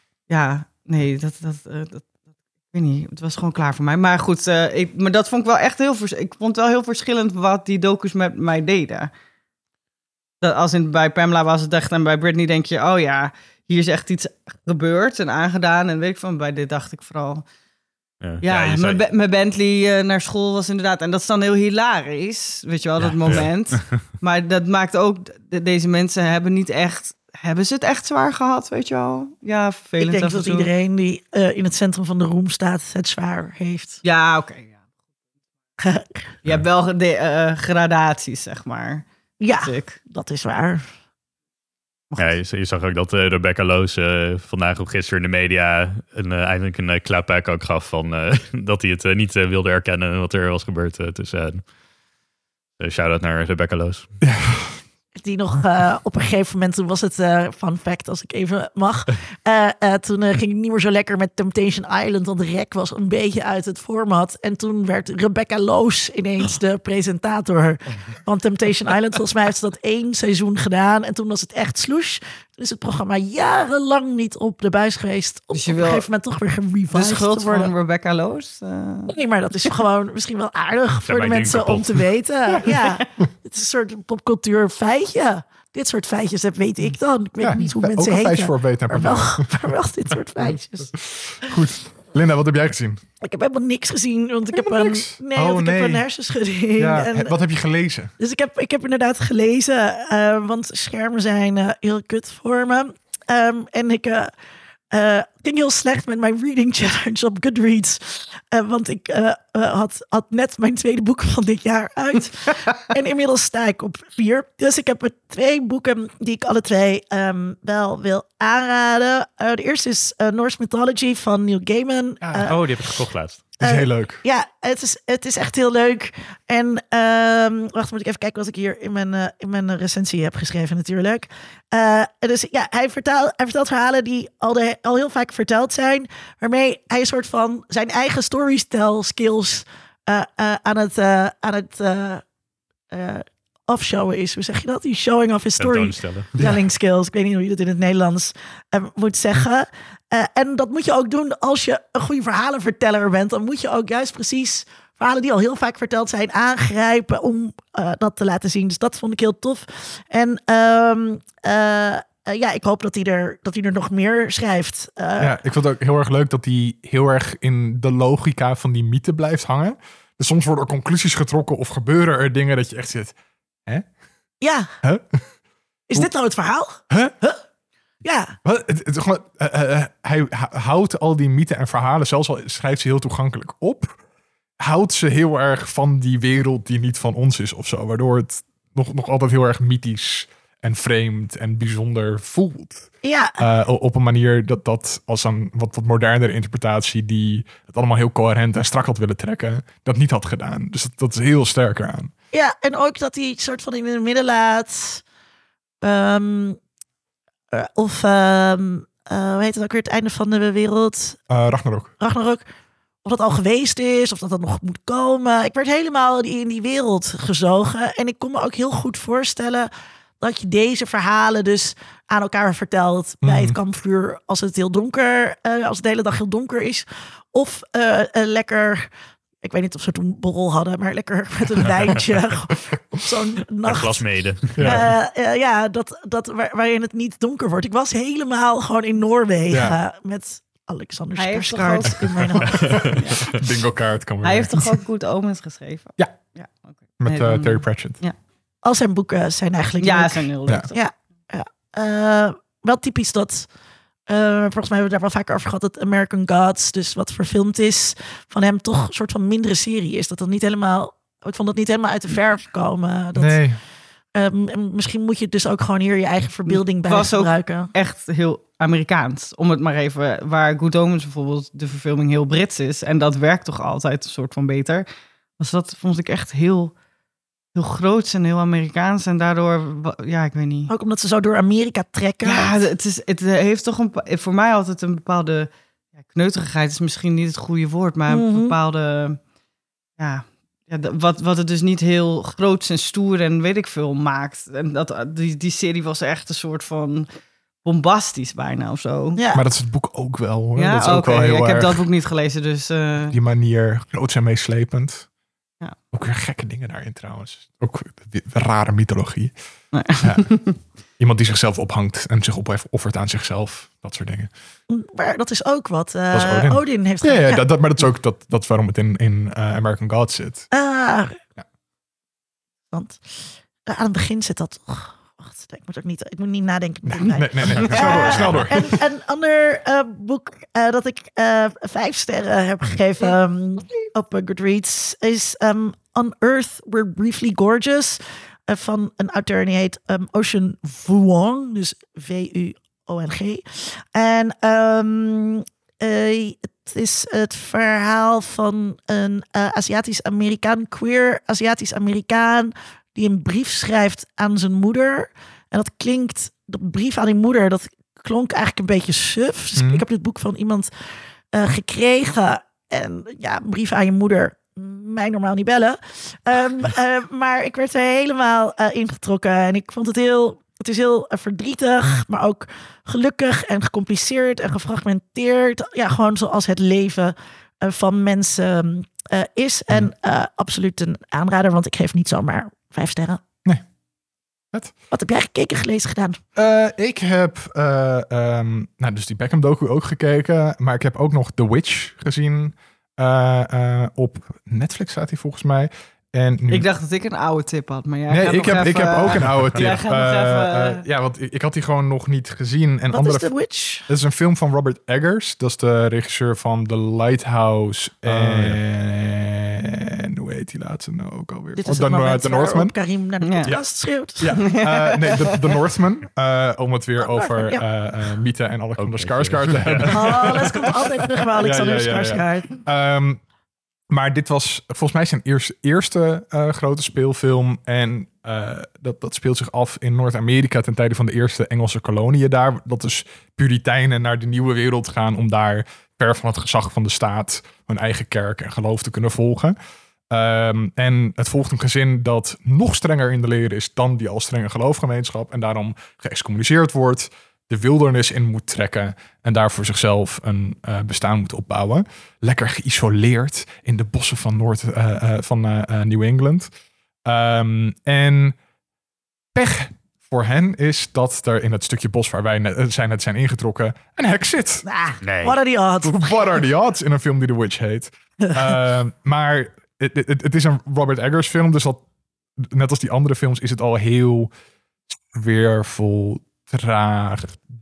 ja, nee, dat... dat, uh, dat Ik weet niet, het was gewoon klaar voor mij. Maar goed, uh, ik, maar dat vond ik wel echt heel... Vers- ik vond het wel heel verschillend wat die docus met mij deden. Dat als in, bij Pamela was het echt... En bij Britney denk je, oh ja... hier is echt iets gebeurd en aangedaan. En weet ik van, bij dit dacht ik vooral... Ja, Ja, je mijn, zei- Be- mijn Bentley uh, naar school was inderdaad... En dat is dan heel hilarisch, weet je wel, Ja, dat moment. ja. Maar dat maakt ook... De, deze mensen hebben niet echt... Hebben ze het echt zwaar gehad, weet je wel? Ja, vervelend. Ik denk af en dat toe. iedereen die uh, in het centrum van de roem staat het zwaar heeft. Ja, oké. Okay, ja. Je hebt wel de, uh, gradaties, zeg maar. Ja, ik. dat is waar. Ja, je, je zag ook dat uh, Rebecca Loos uh, vandaag of gisteren in de media een, uh, eindelijk een uh, clapback ook gaf van uh, dat hij het uh, niet uh, wilde erkennen wat er was gebeurd uh, tussen hen. Uh, shout-out naar Rebecca Loos. Ja. Die nog uh, op een gegeven moment, toen was het uh, fun fact als ik even mag. Uh, uh, toen uh, ging het niet meer zo lekker met Temptation Island, want de rek was een beetje uit het format. En toen werd Rebecca Loos ineens de presentator van Temptation Island. Volgens mij heeft ze dat één seizoen gedaan en toen was het echt sloes. Toen is het programma jarenlang niet op de buis geweest. Om Dus je op wil een gegeven moment toch weer gerevived De schuld te worden. van Rebecca Loos? Uh... Nee, maar dat is gewoon misschien wel aardig voor de mensen om te weten. Ja, het is een soort popcultuur feitje. Dit soort feitjes, dat weet ik dan. Ik weet Ja, niet hoe ook mensen een heten. feitje voor weten. Maar wel, maar wel dit soort feitjes. Goed. Linda, wat heb jij gezien? Ik heb helemaal niks gezien, want ik heb Helemaal een, niks? nee, Oh, want ik nee. heb een hersenschudding. Ja, en, wat heb je gelezen? dus ik heb, ik heb inderdaad gelezen, uh, want schermen zijn uh, heel kut voor me. Um, en ik uh, uh, ging heel slecht met mijn reading challenge op Goodreads. Uh, want ik uh, uh, had, had net mijn tweede boek van dit jaar uit. En inmiddels sta ik op vier. Dus ik heb er twee boeken die ik alle twee um, wel wil aanraden. Uh, de eerste is uh, Norse Mythology van Neil Gaiman. Ja. Uh, Oh, die heb ik gekocht laatst. Het is Uh, heel leuk. Ja, het is, het is echt heel leuk. En um, wacht, moet ik even kijken wat ik hier in mijn, uh, in mijn recensie heb geschreven natuurlijk. Uh, dus ja, hij vertelt, hij vertelt verhalen die al, de, al heel vaak verteld zijn. Waarmee hij een soort van zijn eigen storytell skills uh, uh, aan het, uh, aan het uh, uh, offshowen is. Hoe zeg je dat? Die showing off his storytelling Ja. skills. Ik weet niet hoe je dat in het Nederlands uh, moet zeggen. Uh, en dat moet je ook doen als je een goede verhalenverteller bent. Dan moet je ook juist precies verhalen die al heel vaak verteld zijn aangrijpen om uh, dat te laten zien. Dus dat vond ik heel tof. En um, uh, uh, ja, ik hoop dat hij er, dat hij er nog meer schrijft. Uh, Ja, ik vond het ook heel erg leuk dat hij heel erg in de logica van die mythe blijft hangen. Dus soms worden er conclusies getrokken of gebeuren er dingen dat je echt zit. Hè? Ja. Huh? Is dit nou het verhaal? Huh? Huh? Ja. Wat? Het, het, gewoon, uh, uh, hij houdt al die mythen en verhalen, zelfs al schrijft ze heel toegankelijk op, houdt ze heel erg van die wereld die niet van ons is of zo. Waardoor het nog, nog altijd heel erg mythisch en vreemd en bijzonder voelt. Ja. Uh, op een manier dat dat als een wat, wat modernere interpretatie die het allemaal heel coherent en strak had willen trekken, dat niet had gedaan. Dus dat, dat is heel sterk eraan. Ja, en ook dat hij het soort van in het midden laat. Um, uh, of, um, uh, hoe heet het ook weer, het einde van de wereld? Uh, Ragnarok. Ragnarok. Of dat al geweest is, of dat dat nog moet komen. Ik werd helemaal in die wereld gezogen. En ik kon me ook heel goed voorstellen dat je deze verhalen dus aan elkaar vertelt mm. bij het kampvuur als het heel donker, uh, als het de hele dag heel donker is. Of uh, uh, lekker, ik weet niet of ze toen een borrel hadden, maar lekker met een wijntje op zo'n nacht. Een glas mede. Ja, uh, uh, ja dat, dat, waar, waarin het niet donker wordt. Ik was helemaal gewoon in Noorwegen ja. met Alexander Skarsgård in mijn hoofd. Ja. Bingo kaart kan weer. Hij heeft toch ook Good Omens geschreven? Ja, ja okay. met nee, uh, dan, Terry Pratchett. Ja. Al zijn boeken zijn eigenlijk ja, leuk. zijn heel leuk. Ja, ja, ja. Uh, wel typisch dat, uh, volgens mij hebben we daar wel vaker over gehad, dat American Gods, dus wat verfilmd is, van hem toch een soort van mindere serie is. Dat dat niet helemaal, ik vond dat niet helemaal uit de verf komen. Dat, nee. Uh, misschien moet je dus ook gewoon hier je eigen verbeelding bij was gebruiken. Ook echt heel Amerikaans, om het maar even, waar Good Omens bijvoorbeeld de verfilming heel Brits is en dat werkt toch altijd een soort van beter. Was dat, vond ik echt heel, heel groots en heel Amerikaans en daardoor, ja, ik weet niet. Ook omdat ze zo door Amerika trekken. Ja, het, is, het heeft toch een, voor mij altijd een bepaalde, ja, kneuterigheid is misschien niet het goede woord, maar een mm-hmm. bepaalde, ja, ja, wat, wat het dus niet heel groots en stoer en weet ik veel maakt. En dat, die, die serie was echt een soort van bombastisch bijna of zo. Ja. Maar dat is het boek ook wel, hoor. Ja, dat is ook ook okay. wel heel ja, ik erg, heb dat boek niet gelezen, dus... Uh... Die manier, groots en meeslepend. Ja. Ook weer gekke dingen daarin trouwens. Ook rare mythologie. Nee. Ja. iemand die zichzelf ophangt en zich opoffert aan zichzelf. Dat soort dingen. Maar dat is ook wat uh, Dat is Odin. Odin heeft Ja, gedaan. ja, Ja. Dat, dat, maar dat is ook dat, dat waarom het in, in uh, American Gods zit. Ah, Ja. Want uh, aan het begin zit dat... Oh, wacht, ik moet ook niet, ik moet niet nadenken. Nee, nee, nee, nee. Snel door, snel door. En een ander uh, boek uh, dat ik uh, vijf sterren heb gegeven um, op uh, Goodreads is um, On Earth We're Briefly Gorgeous uh, van een auteur en die heet um, Ocean Vuong, dus V U O N G. En um, uh, het is het verhaal van een uh, Aziatisch-Amerikaan, queer Aziatisch-Amerikaan, die een brief schrijft aan zijn moeder. En dat klinkt, dat brief aan die moeder, dat klonk eigenlijk een beetje suf. Dus Mm. ik heb dit boek van iemand uh, gekregen. En ja, een brief aan je moeder, mij normaal niet bellen. Um, uh, maar ik werd er helemaal uh, ingetrokken. En ik vond het heel, het is heel uh, verdrietig, maar ook gelukkig en gecompliceerd en gefragmenteerd. Ja, gewoon zoals het leven uh, van mensen uh, is. Mm. En uh, absoluut een aanrader, want ik geef niet zomaar vijf sterren. Nee. Vet. Wat heb jij gekeken, gelezen, gedaan? Uh, ik heb uh, um, nou, dus die Beckham docu ook gekeken. Maar ik heb ook nog The Witch gezien. Uh, uh, op Netflix staat hij volgens mij. En nu... Ik dacht dat ik een oude tip had, maar jij Nee, gaat ik nog heb, even, ik heb ook een oude tip. Jij gaat nog Uh, even- uh, ja, want ik, ik had die gewoon nog niet gezien. En Wat andere... is The Witch? Het is een film van Robert Eggers. Dat is de regisseur van The Lighthouse. Oh, En hoe heet die laatste nou ook alweer? Dit Oh, is The, het moment The waarop Northman. Karim naar de Ja. podcast schreeuwt. Ja, uh, nee, The, The Northman. Uh, om het weer Oh, over ja. uh, uh, Mythe en Alexander Oké, Skarsgård te ja. hebben. Oh, les komt altijd terug bij Alexander Ja, ja, ja, ja. Skarsgård. Um, maar dit was volgens mij zijn eerste, eerste uh, grote speelfilm. En uh, dat, dat speelt zich af in Noord-Amerika ten tijde van de eerste Engelse koloniën daar. Dat dus Puritijnen naar de nieuwe wereld gaan om daar ver van het gezag van de staat hun eigen kerk en geloof te kunnen volgen. Um, en het volgt een gezin dat nog strenger in de leer is dan die al strenge geloofgemeenschap. En daarom geëxcommuniceerd wordt, de wildernis in moet trekken en daar voor zichzelf een uh, bestaan moet opbouwen. Lekker geïsoleerd in de bossen van, Noord, uh, uh, van uh, uh, New England. Um, en pech voor hen is dat er in het stukje bos waar wij net, zijn, net zijn ingetrokken een hek zit. Ah, Nee. what are the odds? What are the odds in een film die The Witch heet? Uh, maar het, het, het is een Robert Eggers film, dus dat, net als die andere films is het al heel sfeervol, traag,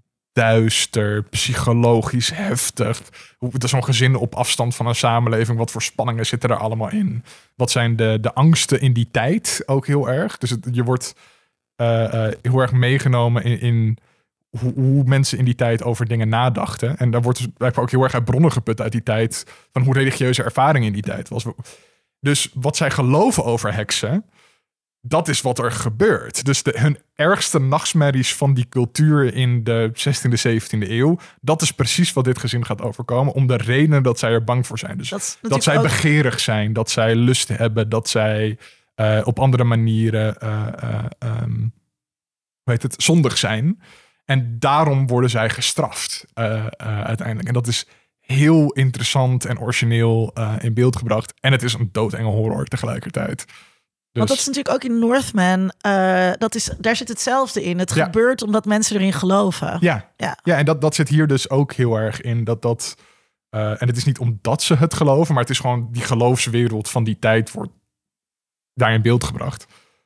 duister, psychologisch heftig. Het is zo'n gezin op afstand van een samenleving. Wat voor spanningen zitten er allemaal in? Wat zijn de, de angsten in die tijd ook heel erg? Dus het, je wordt uh, uh, heel erg meegenomen in, in hoe, hoe mensen in die tijd over dingen nadachten. En daar wordt dus blijkbaar ook heel erg uit bronnen geput uit die tijd. Van hoe religieuze ervaring in die tijd was. Dus wat zij geloven over heksen, dat is wat er gebeurt. Dus de, hun ergste nachtmerries van die cultuur in de zestiende, zeventiende eeuw, dat is precies wat dit gezin gaat overkomen, om de redenen dat zij er bang voor zijn. Dus Dat is dat, natuurlijk zij ook- begeerig zijn, dat zij lust hebben, dat zij uh, op andere manieren uh, uh, um, hoe heet het, zondig zijn. En daarom worden zij gestraft uh, uh, uiteindelijk. En dat is heel interessant en origineel uh, in beeld gebracht. En het is een doodenge horror tegelijkertijd. Dus, Want dat is natuurlijk ook in Northman. Uh, dat is, daar zit hetzelfde in. Het Ja. gebeurt omdat mensen erin geloven. ja, Ja. ja, en dat, dat zit hier dus ook heel erg in. Dat dat, uh, en het is niet omdat ze het geloven, maar het is gewoon die geloofswereld van die tijd wordt daar in beeld gebracht.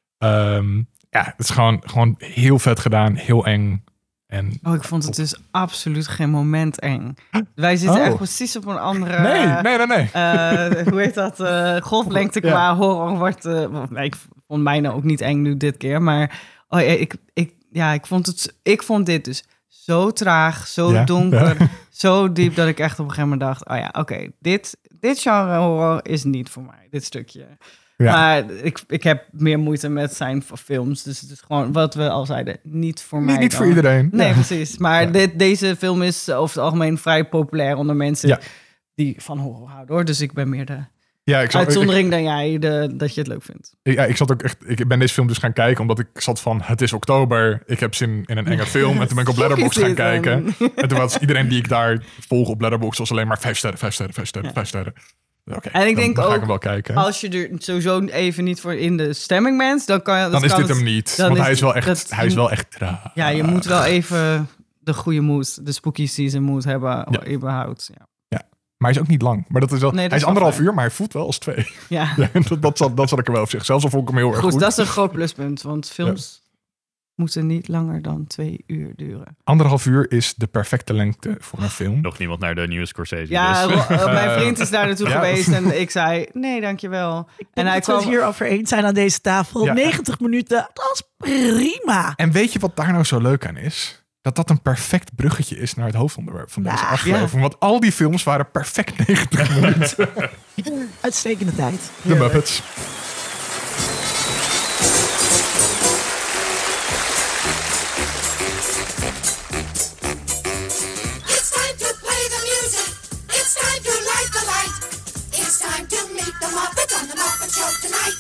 Um, ja, het is gewoon, gewoon heel vet gedaan, heel eng. En Oh, ik vond het dus absoluut geen moment eng. Wij zitten Oh. echt precies op een andere... nee, nee, nee, nee. eh, hoe heet dat? eh, golflengte Ja. qua horror wordt... eh, want, nee, ik vond mij nou ook niet eng nu dit keer. Maar oh, ja, ik, ik, ja, ik, vond het, ik vond dit dus zo traag, zo Ja. donker, zo diep... dat ik echt op een gegeven moment dacht... oh ja, oké, okay, dit, dit genre horror is niet voor mij, dit stukje. Ja. Maar ik, ik heb meer moeite met zijn films. Dus het is gewoon, wat we al zeiden, niet voor mij Niet, niet dan. voor iedereen. Nee, Ja. precies. Maar Ja. dit, deze film is over het algemeen vrij populair onder mensen Ja. die van horror houden, hoor. Dus ik ben meer de Ja, ik zat, ik, uitzondering dan jij, de, dat je het leuk vindt. ik, ja, ik zat ook echt. Ik ben deze film dus gaan kijken omdat ik zat van het is oktober. Ik heb zin in een enge film. En toen ben ik op Letterboxd gaan Fuck is dit kijken. dan? En toen was iedereen die ik daar volg op Letterboxd was alleen maar vijf sterren, vijf sterren, vijf sterren, Ja. vijf sterren. Oké, En ik dan, denk dan ga ik ook, hem wel kijken. Als je er sowieso even niet voor in de stemming bent, dan kan je. Dan is kan dit het, hem niet. dan Want is hij is wel echt, dat- hij is wel echt traag. Ja, je moet wel even de goede mood, de spooky season mood hebben, Ja. überhaupt. Ja. Maar hij is ook niet lang. Maar dat is wel, Nee, dat hij is is wel anderhalf fijn. uur, maar hij voelt wel als twee. Ja. Ja, dat, dat, zal, dat zal ik er wel op zeggen. Zelfs al vond ik hem heel erg Goed, goed. dat is een groot pluspunt, want films moeten niet langer dan twee uur duren. Anderhalf uur is de perfecte lengte voor een film. Nog niemand naar de nieuwe Scorsese. Ja, dus. Ro- uh, mijn vriend is daar naartoe Ja. geweest en ik zei, nee, dankjewel. En En hij dat we het kwam... hierover eens zijn aan deze tafel. Ja. negentig minuten, dat is prima. En weet je wat daar nou zo leuk aan is? Dat dat een perfect bruggetje is naar het hoofdonderwerp van deze Ja. aflevering. Want al die films waren perfect negentig minuten. Uitstekende tijd. De Muppets. It's time to play the music. It's time to light the light. It's time to meet the Muppets on the Muppet Show tonight.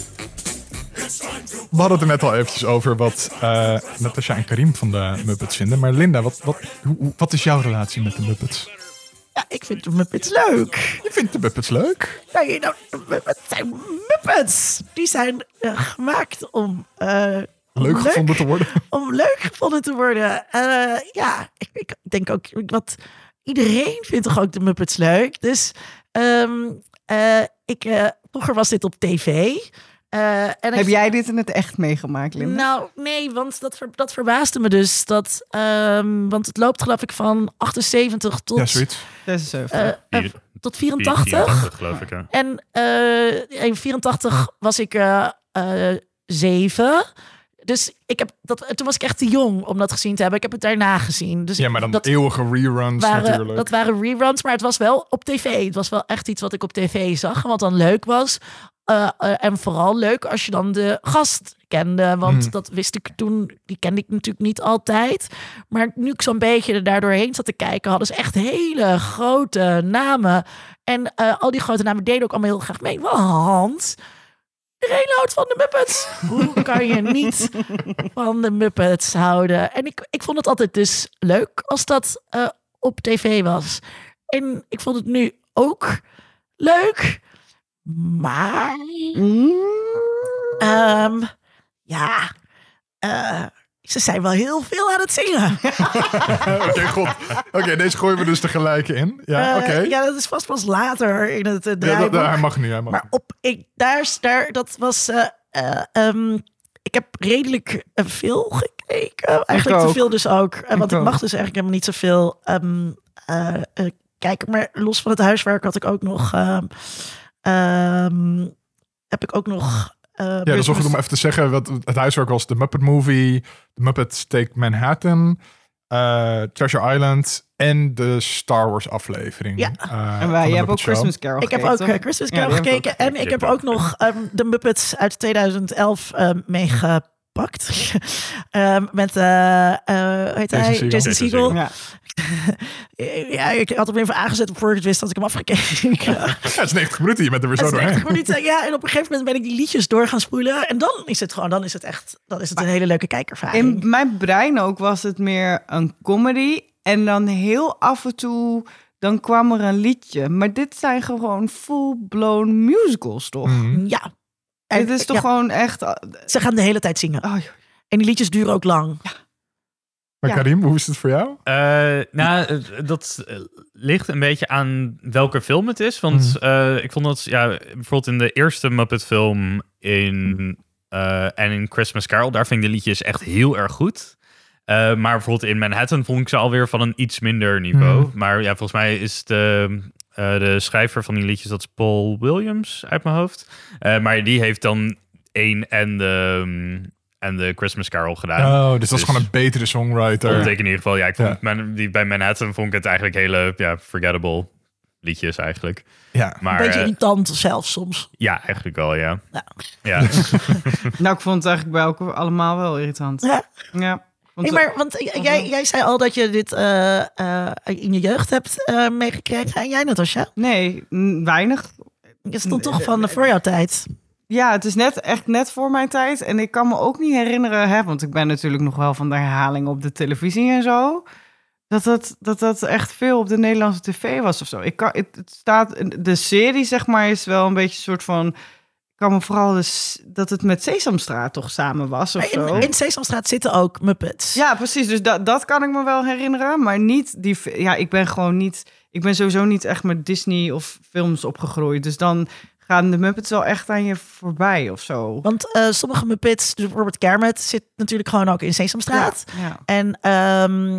We hadden het er net al eventjes over wat uh, Natasha en Karim van de Muppets vinden. Maar Linda, wat, wat, hoe, hoe- wat is jouw relatie met de Muppets? Ja, ik vind de Muppets leuk. Je vindt de Muppets leuk? Ja, je nou, de Muppets zijn Muppets. Die zijn eh, gemaakt om... eh, om Leuk gevonden te worden? Om leuk gevonden te worden. Eh, ja, ik, ik denk ook... Wat, iedereen vindt toch ook de Muppets leuk? Dus ehm, eh, ik, eh, vroeger was dit op tv. Eh, en Heb ik- jij dit in het echt meegemaakt, Linda? Nou, nee, want dat, ver, dat verbaasde me dus. Dat, ehm, want het loopt geloof ik van achtenzeventig tot, Ja, zoiets. zesenzeventig. eh, eh, Vier- tot vierentachtig. vierentachtig, geloof ik. Ja. En eh, in vierentachtig was ik eh, eh, zeven. Dus ik heb dat, toen was ik echt te jong om dat gezien te hebben. Ik heb het daarna gezien. Dus Ja, maar dan dat eeuwige reruns waren, natuurlijk. dat waren reruns, maar het was wel op tv. Het was wel echt iets wat ik op tv zag. En wat dan leuk was. Uh, uh, en vooral leuk als je dan de gast kende. Want Hmm. dat wist ik toen. Die kende ik natuurlijk niet altijd. Maar nu ik zo'n beetje er daar doorheen zat te kijken, hadden ze echt hele grote namen. En uh, al die grote namen deden ook allemaal heel graag mee. Want iedereen houdt van de Muppets. Hoe kan je niet van de Muppets houden? En ik, ik vond het altijd dus leuk als dat uh, op tv was. En ik vond het nu ook leuk. Maar... Um, ja... Uh, ze zijn wel heel veel aan het zingen. Oké, okay, god. Oké, okay, deze gooien we dus tegelijk in. Ja, uh, oké. Okay. Ja, dat is vast pas later in het uh, Ja, draaiboek. dat, hij mag nu, hij mag Maar op, ik, daar, daar, dat was... Uh, uh, um, ik heb redelijk uh, veel gekeken. Eigenlijk te veel dus ook. Uh, want ik, ik mag dus eigenlijk helemaal niet zoveel um, uh, uh, kijken. Maar los van het huiswerk had ik ook nog... Uh, um, heb ik ook nog... Uh, ja, dat is wel goed om even te zeggen. Wat het huiswerk was: The Muppet Movie, The Muppets Take Manhattan, uh, Treasure Island en de Star Wars aflevering. Ja. Uh, en wij, je hebt ook Christmas Carol Ik gekeken, heb ook toch? Christmas Carol ja, gekeken. Ook, en ik heb ook nog um, de Muppets uit tweeduizend elf um, meegepakt. um, met, uh, uh, hoe heet Jason hij? Segel. Jason Segel. Ja. Ja, ik had hem even aangezet voor ik het wist dat ik hem afgekeken. Ja, het is negentig minuten, je bent er weer zo doorheen. Minuten, ja, en op een gegeven moment ben ik die liedjes door gaan spoelen. En dan is het gewoon, dan is het echt, dan is het een hele leuke kijkervaring. In mijn brein ook was het meer een comedy. En dan heel af en toe, dan kwam er een liedje. Maar dit zijn gewoon full-blown musicals, toch? Mm. Ja. En dit is toch ja. gewoon echt... Ze gaan de hele tijd zingen. Oh, en die liedjes duren ook lang. Ja. Maar Ja. Karim, hoe is het voor jou? Uh, nou, dat ligt een beetje aan welke film het is. Want Mm. uh, ik vond dat, ja, bijvoorbeeld in de eerste Muppet film in, uh, en in Christmas Carol, daar vind ik de liedjes echt heel erg goed. Uh, maar bijvoorbeeld in Manhattan vond ik ze alweer van een iets minder niveau. Mm. Maar ja, volgens mij is de, uh, de schrijver van die liedjes, dat is Paul Williams uit mijn hoofd. Uh, maar die heeft dan één en de... Um, en de Christmas Carol gedaan. Oh, dus, dus dat is gewoon een betere songwriter. Dat betekent in ieder geval, ja, ik vond ja. mijn, die, bij Manhattan vond ik het eigenlijk hele ja, forgettable liedjes eigenlijk. Ja. Maar, Een beetje uh, irritant zelfs soms. Ja, eigenlijk wel, ja. Ja. ja. nou, ik vond het eigenlijk bij elke allemaal wel irritant. Ja. Ja. Want, Hey, maar, want jij, jij zei al dat je dit uh, uh, in je jeugd hebt uh, meegekregen. En jij, Natasja? Nee, n- weinig. Je stond toch van uh, voor jouw tijd. Ja, het is net, echt net voor mijn tijd. En ik kan me ook niet herinneren, hè, want ik ben natuurlijk nog wel van de herhaling op de televisie en zo. Dat dat, dat dat echt veel op de Nederlandse tv was of zo. Ik kan, het, het staat, de serie, zeg maar, is wel een beetje een soort van... Ik kan me vooral dus, dat het met Sesamstraat toch samen was of Maar zo. in, in Sesamstraat zitten ook Muppets. Ja, precies. Dus dat, dat kan ik me wel herinneren. Maar niet die... Ja, ik ben gewoon niet... Ik ben sowieso niet echt met Disney of films opgegroeid. Dus dan gaan de Muppets wel echt aan je voorbij of zo. Want uh, sommige Muppets, dus Robert Kermit zit natuurlijk gewoon ook in Sesamstraat. Ja, ja. En um,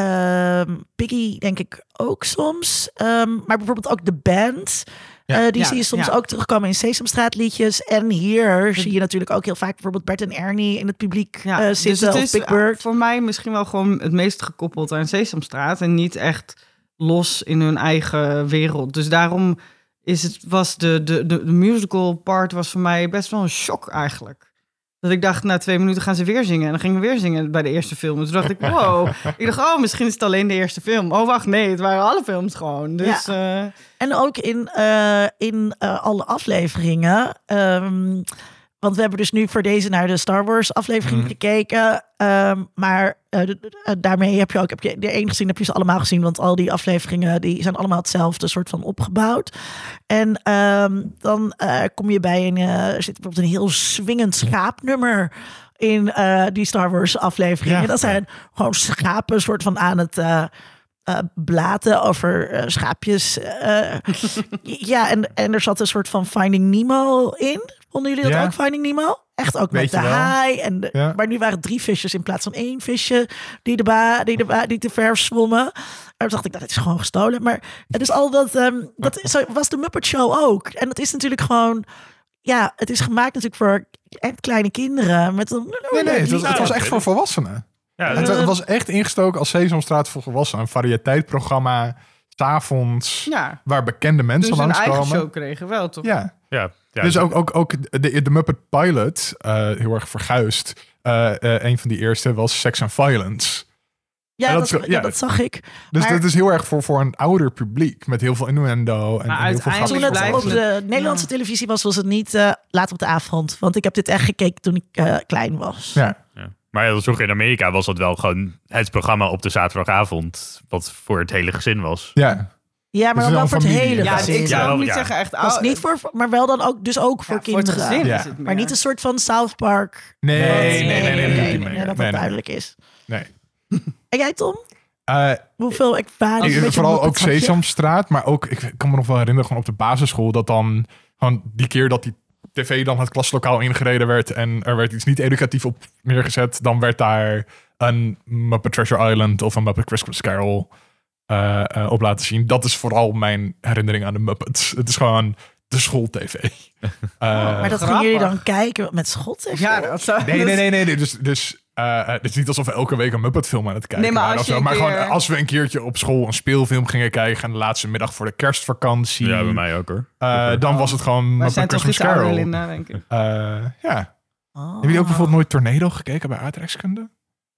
um, Piggy denk ik ook soms. Um, maar bijvoorbeeld ook de band... Ja. Uh, die Ja, zie je soms ja. ook terugkomen in Sesamstraat liedjes. En hier zie je natuurlijk ook heel vaak bijvoorbeeld Bert en Ernie in het publiek Ja, uh, dus zitten. het Of is Big Bird. voor mij misschien wel gewoon het meest gekoppeld aan Sesamstraat. En niet echt los in hun eigen wereld. Dus daarom is het, was de, de, de, de musical part was voor mij best wel een shock eigenlijk. Dat ik dacht, na twee minuten gaan ze weer zingen. En dan gingen we weer zingen bij de eerste film. En toen dacht ik, wow. Ik dacht, oh, misschien is het alleen de eerste film. Oh, wacht, nee, het waren alle films gewoon. Dus, ja. uh... En ook in, uh, in uh, alle afleveringen. Um, want we hebben dus nu voor deze naar de Star Wars aflevering mm. gekeken. Um, maar uh, d- d- daarmee heb je ook, heb je de ene gezien, heb je ze allemaal gezien. Want al die afleveringen die zijn allemaal hetzelfde soort van opgebouwd. En um, dan uh, kom je bij een, uh, er zit bijvoorbeeld een heel swingend schaapnummer in uh, die Star Wars afleveringen. Ja. Dat zijn gewoon schapen soort van aan het... Uh, Uh, blaten over uh, schaapjes. Uh, ja, en, en er zat een soort van Finding Nemo in. Vonden jullie dat ja. ook, Finding Nemo? Echt ook Weet met de je wel. haai. En de, Ja. Maar nu waren het drie visjes in plaats van één visje die de, ba, die de, ba, die te ver zwommen. En toen dacht ik, dat is gewoon gestolen. Maar het is al dat... Um, dat is, zo was de Muppet Show ook. En dat is natuurlijk gewoon... Ja, het is gemaakt natuurlijk voor echt kleine kinderen. Met een, Nee, nee, het was, het was echt voor volwassenen. Ja, Het, dat- het was echt ingestoken als Sesamstraat voor volwassenen. Een variëteitprogramma, 's avonds, Ja, waar bekende mensen dus een eigen langskomen. show kregen wel, toch? Ja, ja, ja, dus ook, ook, ook de, de Muppet Pilot, uh, heel erg verguisd. Uh, uh, een van die eerste was Sex and Violence. ja, En dat, dat is- ja, ja. dat zag ik. Dus Maar- dat is heel erg voor, voor een ouder publiek. Met heel veel innuendo en, Maar en heel veel uiteindelijk Toen grappen. het blijft op het- de Nederlandse televisie was, was het niet uh, laat op de avond. Want ik heb dit echt gekeken toen ik uh, klein was. Ja. ja. Maar ja, vroeger in Amerika was dat wel gewoon het programma op de zaterdagavond. Wat voor het hele gezin was. Ja. Ja, maar Dus wel wel voor het familie. hele Ja, gezin. ik zou Ja, ook wel, niet ja. zeggen echt Het was oud. niet voor, maar wel dan ook, dus ook voor Ja, voor het kinderen. gezin Ja. is het meer. Maar niet een soort van South Park. Nee, nee, nee, nee, nee, Oké, nee, nee, nee, dat dat nee. duidelijk is. Nee. En jij, Tom? Uh, Hoeveel ervaring ik- met je vooral ook Muppets had je? Sesamstraat, maar ook, ik kan me nog wel herinneren, gewoon op de basisschool, dat dan gewoon die keer dat die tv dan het klaslokaal ingereden werd en er werd iets niet educatief op neergezet, dan werd daar een Muppet Treasure Island of een Muppet Christmas Carol uh, uh, op laten zien. Dat is vooral mijn herinnering aan de Muppets. Het is gewoon de schooltv. Uh, Maar dat gingen jullie dan kijken met schot? Ja, dat zou... Nee, nee, nee, nee. nee. Dus, dus uh, het is niet alsof we elke week een Muppet film aan het kijken Nee, maar waren als of zo. je een Maar keer- gewoon als we een keertje op school een speelfilm gingen kijken en de laatste middag voor de kerstvakantie, Ja, bij mij ook hoor. uh, dan was het gewoon Wij Muppet zijn toch Christmas iets ouder, Carol. Linda, denk ik. Uh, ja. Oh. Hebben jullie ook bijvoorbeeld nooit Tornado gekeken bij aardrijkskunde?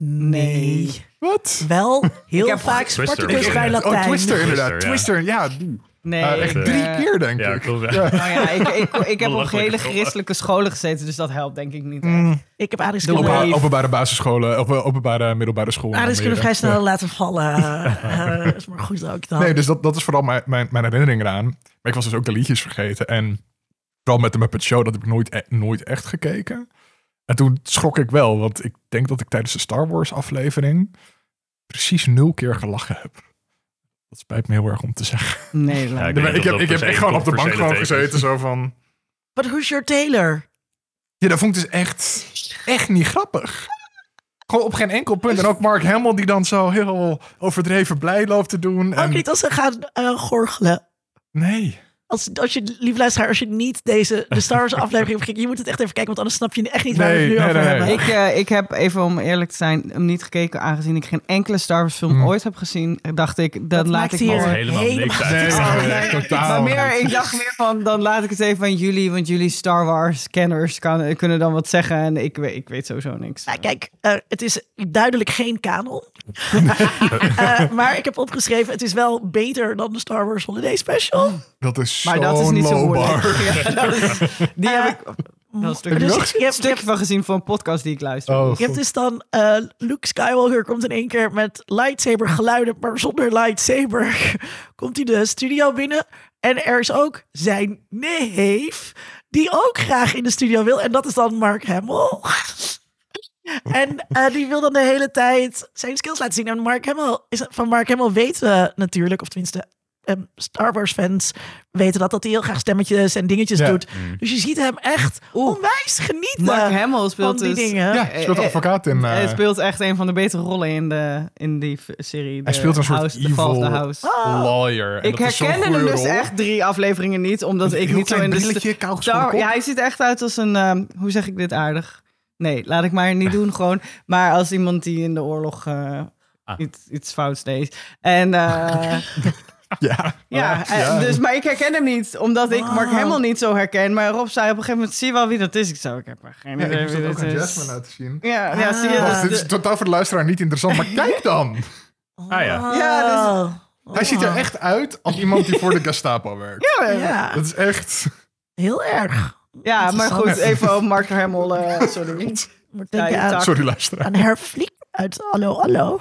Nee. Wat? Wel heel Ik heb vaak Twister. Spartacus Ik- bij Latijn. Oh, Twister inderdaad. Twister, ja. Twister, ja. die. Nee, Uh, echt ik, drie eh, keer, denk Ja, ik. klopt. Ja. Nou ja, ik, ik, ik heb op Belachelijke hele school. christelijke scholen gezeten, dus dat helpt denk ik niet. echt. Mm. Ik heb Doe aardrijkskunde, maar. Open, openbare basisscholen, open, openbare middelbare school. in aardrijkskunde vrij Almere. snel laten vallen. Uh, uh, is maar goed ook dan. Nee, dus dat, dat is vooral mijn, mijn, mijn herinnering eraan. Maar ik was dus ook de liedjes vergeten. En vooral met de Muppet Show, dat heb ik nooit, e- nooit echt gekeken. En toen schrok ik wel, want ik denk dat ik tijdens de Star Wars aflevering precies nul keer gelachen heb. Dat spijt me heel erg om te zeggen. Nee, Ja, ik ik Ik, denk heb, dat dat ik heb per echt se gewoon op de bank commerciële gewoon tekens. gezeten, zo van... But who's your tailor? Ja, dat vond ik dus echt, echt niet grappig. Gewoon op geen enkel punt. En ook Mark Hamill die dan zo heel overdreven blij loopt te doen. Ook En... niet als ze gaan uh, gorgelen. Nee. Als, als je, lief luisteraar, als je niet deze, de Star Wars aflevering hebt gekeken, je moet het echt even kijken, want anders snap je echt niet waar we Nee, het nu nee, over nee, hebben. nee. Ik, uh, ik heb even, om eerlijk te zijn, hem niet gekeken, aangezien ik geen enkele Star Wars film Mm. ooit heb gezien. Dacht ik, dan Dat laat maakt ik hier Al maar. helemaal niks uit. Nee, Oh, nee, nee. totaal Maar meer, niet. ik dacht meer van, dan laat ik het even aan jullie, want jullie Star Wars kenners kan, kunnen dan wat zeggen en ik, weet- ik weet sowieso niks. Nou, kijk, uh, het is duidelijk geen kanon. uh, maar ik heb opgeschreven, het is wel beter dan de Star Wars Holiday Special. Dat is Maar zo'n dat is niet zo low moeilijk. bar. Ja, dat is, die heb ik. Wel een stukje, Dus je wel je, hebt, je, stukje hebt, van gezien van een podcast die ik luister. Oh, je hebt dus dan uh, Luke Skywalker komt in één keer met lightsaber geluiden, maar zonder lightsaber komt hij de studio binnen. En er is ook zijn neef, die ook graag in de studio wil. En dat is dan Mark Hamill. En uh, die wil dan de hele tijd zijn skills laten zien. En Mark Hamill is, van Mark Hamill weten we natuurlijk, of tenminste um, Star Wars fans weten dat, dat hij heel graag stemmetjes en dingetjes Ja. doet. Dus je ziet hem echt onwijs genieten Mark Hamill van speelt die dus... dingen. Ja, hij speelt Eh, advocaat in... Hij eh, speelt echt een van de betere rollen in, de, in die f- serie. Hij de speelt een soort House, The Fall of evil the House. lawyer. En Ik dat is zo'n herkende hem goede dus rol. echt drie afleveringen niet, omdat Een ik heel niet zo klein in de... brilletje, st- kauwgeschoren Star- kop. Ja, hij ziet echt uit als een... ehm, hoe zeg ik dit aardig? Nee, laat ik maar niet doen gewoon. Maar als iemand die in de oorlog eh, Ah. iets, iets fouts deed. En eh, Ja. ja, Ja. eh, dus, maar ik herken hem niet, omdat ik Mark Wow. Hamill niet zo herken. Maar Rob zei op een gegeven moment, zie je wel wie dat is? Ik zei, ik heb er geen Ja, idee ik moest wie dat ook dit aan is. Jasmine laten zien. Ja, ja, zie je. Ah. Wacht, dit is de- totaal voor de luisteraar niet interessant, maar kijk dan. Ah ja. Ja, Oh. Hij ziet er echt uit als iemand die voor de Gestapo werkt. Ja, Ja, Dat is echt... heel erg. ja, maar goed, even over Mark Hamill, eh, sorry. Ik moet Ja, denken je aan, tak. Sorry, luisteraar. aan Herfliek uit Hallo Hallo.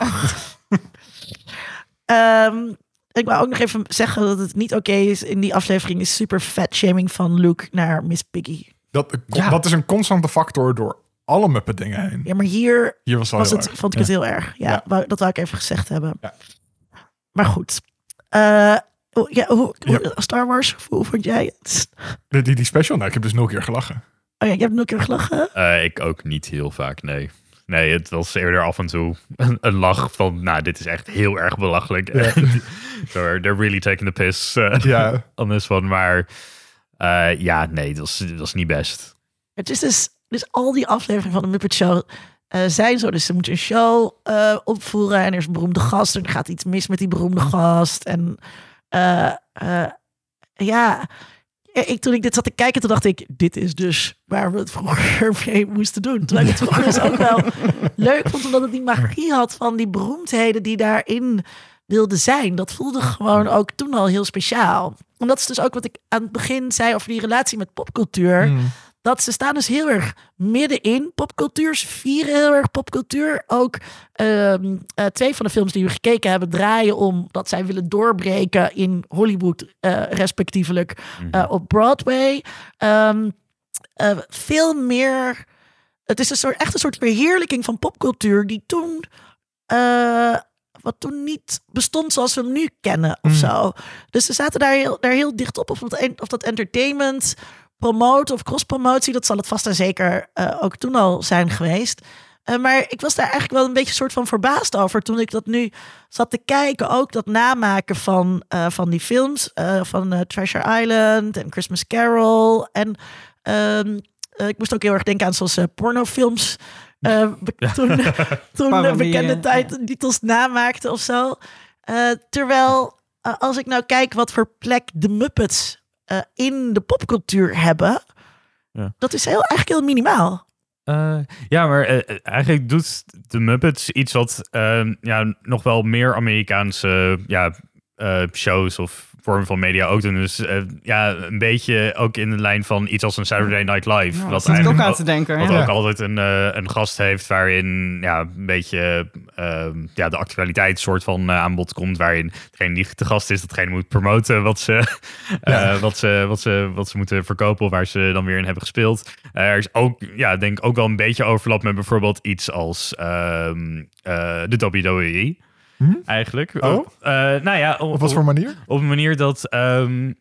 Ehm, ik wou ook nog even zeggen dat het niet oké is. In die aflevering is super fat shaming van Luke naar Miss Piggy. Dat, Ja. dat is een constante factor door alle Muppet dingen heen. Ja, maar hier Hier was, wel was heel het, erg. vond ik Ja. het heel erg. Ja, Ja. wou- dat wou ik even gezegd hebben. Ja. Maar goed. Eh, hoe- ja, hoe, hoe- Ja. Star Wars, hoe vond jij het? Die, die, die special, nou, ik heb dus nul keer gelachen. Oh ja, je hebt nog een keer gelachen. Eh, ik ook niet heel vaak, nee. Nee, het was eerder af en toe een, een lach van, nou, dit is echt heel erg belachelijk. So they're really taking the piss uh, Ja. on this one. Maar uh, ja, nee, dat was, dat was niet best. Het is dus, dus al die afleveringen van de Muppet Show uh, zijn zo. Dus ze moeten een show uh, opvoeren en er is een beroemde gast en er gaat iets mis met die beroemde gast. En uh, uh, ja, ik, toen ik dit zat te kijken, toen dacht ik, dit is dus waar we het vroeger mee moesten doen. Terwijl ik het vroeger dus ook wel leuk vond, omdat het die magie had van die beroemdheden die daarin wilden zijn. Dat voelde gewoon ook toen al heel speciaal. En dat is dus ook wat ik aan het begin zei over die relatie met popcultuur. Mm. Dat ze staan dus heel erg middenin popcultuur. Ze vieren heel erg popcultuur. Ook um, uh, twee van de films die we gekeken hebben draaien om dat zij willen doorbreken in Hollywood, uh, respectievelijk uh, op Broadway. Um, uh, veel meer. Het is een soort, echt een soort verheerlijking van popcultuur die toen. Uh, wat toen niet bestond zoals we hem nu kennen of Mm. zo. Dus ze zaten daar heel, daar heel dicht op. Of dat, of dat entertainment, promote of cross-promotie, dat zal het vast en zeker uh, ook toen al zijn geweest. Uh, maar ik was daar eigenlijk wel een beetje soort van verbaasd over toen ik dat nu zat te kijken. Ook dat namaken van, uh, van die films, uh, van uh, Treasure Island en Christmas Carol. En um, uh, ik moest ook heel erg denken aan zoals uh, pornofilms. Uh, be- ja. Toen, toen uh, bekende tijdtitels namaakten of zo. Uh, terwijl, uh, als ik nou kijk wat voor plek de Muppets uh, in de popcultuur hebben, Ja. dat is heel, eigenlijk heel minimaal. Uh, ja, maar uh, eigenlijk doet de Muppets iets wat uh, ja, nog wel meer Amerikaanse ja, uh, shows of vormen van media ook doen. Dus uh, ja, een beetje ook in de lijn van iets als een Saturday Night Live. Ja, wat zit ik ook aan ook, te denken. wat Ja. ook altijd een, uh, een gast heeft waarin ja, een beetje uh, ja, de actualiteit soort van uh, aan bod komt. Waarin degene die te gast is, datgene moet promoten wat ze, uh, Ja. wat ze, wat ze, wat ze moeten verkopen of waar ze dan weer in hebben gespeeld. Uh, er is ook, ja, denk ik ook wel een beetje overlap met bijvoorbeeld iets als um, uh, de W W E. Hm? Eigenlijk. Oh? Op, uh, nou ja, op, Op wat voor manier? op een manier dat um,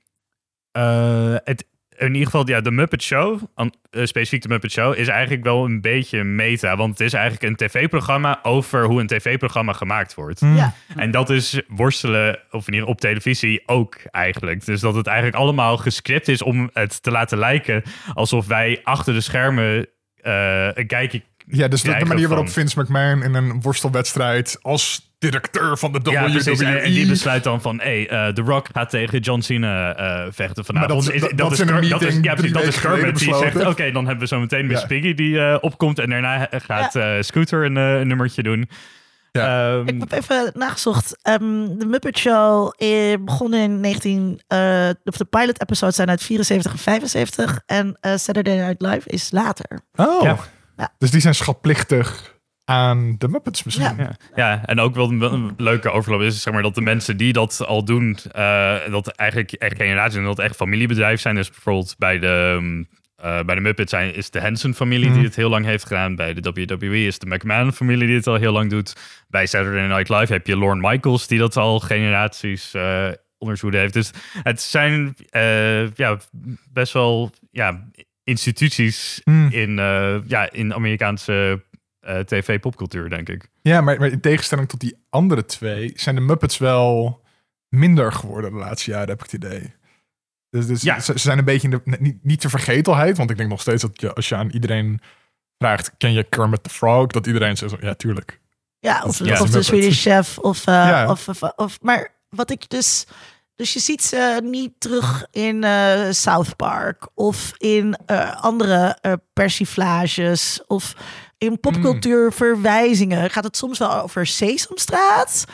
uh, het in ieder geval, ja, de Muppet Show, uh, specifiek de Muppet Show, is eigenlijk wel een beetje meta. Want het is eigenlijk een tv-programma over hoe een tv-programma gemaakt wordt. Mm. Ja. En dat is worstelen, of in ieder geval op televisie ook eigenlijk. Dus dat het eigenlijk allemaal gescript is om het te laten lijken alsof wij achter de schermen uh, een kijkje Ja, dus de, de krijgen manier waarop van- Vince McMahon in een worstelwedstrijd als directeur van de W W E... Ja, precies. En en die besluit dan van, hé, hey, uh, The Rock gaat tegen John Cena uh, vechten vanavond. Maar dat is- dat- dat is in een Kermit- dat is, meeting ja, precies, drie dat is weken geleden Kermit die zegt, besloten. oké, dan hebben we zo meteen Miss Ja. Piggy die uh, opkomt en daarna gaat uh, Scooter een, uh, een nummertje doen. Ja. Ehm, Ik heb even nagezocht. Um, de Muppet Show eh, begon in negentien... Uh, of de pilot episodes zijn uit vierenzeventig en vijfenzeventig. En uh, Saturday Night Live is later. Oh, Ja. Ja. dus die zijn schatplichtig aan de Muppets misschien. Ja. Ja, ja, en ook wel een, een leuke overloop is zeg maar dat de mensen die dat al doen, uh, dat eigenlijk echt generaties en dat echt familiebedrijf zijn. Dus bijvoorbeeld bij de, um, uh, bij de Muppets zijn, is de Henson-familie Mhm. die het heel lang heeft gedaan. Bij de W W E is de McMahon-familie die het al heel lang doet. Bij Saturday Night Live heb je Lorne Michaels die dat al generaties uh, onder zijn hoede heeft. Dus het zijn uh, ja, best wel ja, instituties Hmm. in, uh, ja, in Amerikaanse uh, tv-popcultuur, denk ik. Ja, maar, maar in tegenstelling tot die andere twee zijn de Muppets wel minder geworden de laatste jaren, heb ik het idee. Dus, dus Ja. ze, ze zijn een beetje in de, niet, niet de vergetelheid, want ik denk nog steeds dat je, als je aan iedereen vraagt, ken je Kermit the Frog? Dat iedereen zegt, ja, tuurlijk. Ja, of, Ja, of de de Muppets. Swedish Chef. Of, uh, Ja. of, of, of, maar wat ik dus... Dus je ziet ze niet terug in uh, South Park. Of in uh, andere uh, persiflages. Of in popcultuurverwijzingen. Gaat het soms wel over Sesamstraat.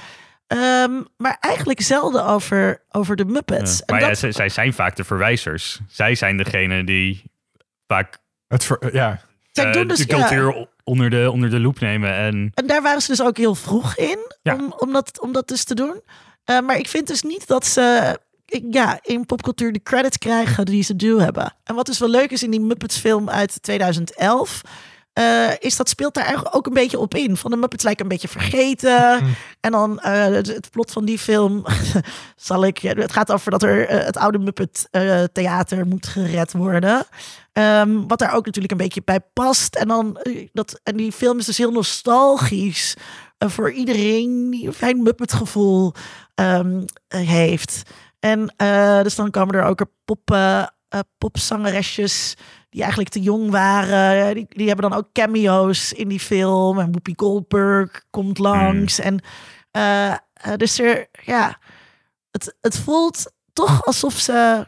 Um, maar eigenlijk zelden over, over de Muppets. Ja. En Maar ja, dat- zij, zij zijn vaak de verwijzers. Zij zijn degene die vaak Het ver- ja. zij uh, doen dus, de ja, cultuur onder, de, onder de loep nemen. En En daar waren ze dus ook heel vroeg in Ja. om, om, dat, om dat dus te doen. Uh, maar ik vind dus niet dat ze ik- ja, in popcultuur de credits krijgen die ze due hebben. En wat dus wel leuk is in die Muppets film uit tweeduizend elf... Uh, is dat speelt daar eigenlijk ook een beetje op in. Van de Muppets lijken een beetje vergeten. Mm. En dan uh, het, het plot van die film zal ik... Ja, het gaat over dat er uh, het oude Muppet uh, theater moet gered worden. Um, wat daar ook natuurlijk een beetje bij past. En, dan, uh, dat, en die film is dus heel nostalgisch uh, voor iedereen die een fijn Muppet gevoel um, uh, heeft. En uh, dus dan komen er ook er pop, uh, uh, popzangeresjes die eigenlijk te jong waren. Die, die hebben dan ook cameo's in die film. En Whoopi Goldberg komt langs. En uh, uh, dus er, ja, het, het voelt toch alsof ze,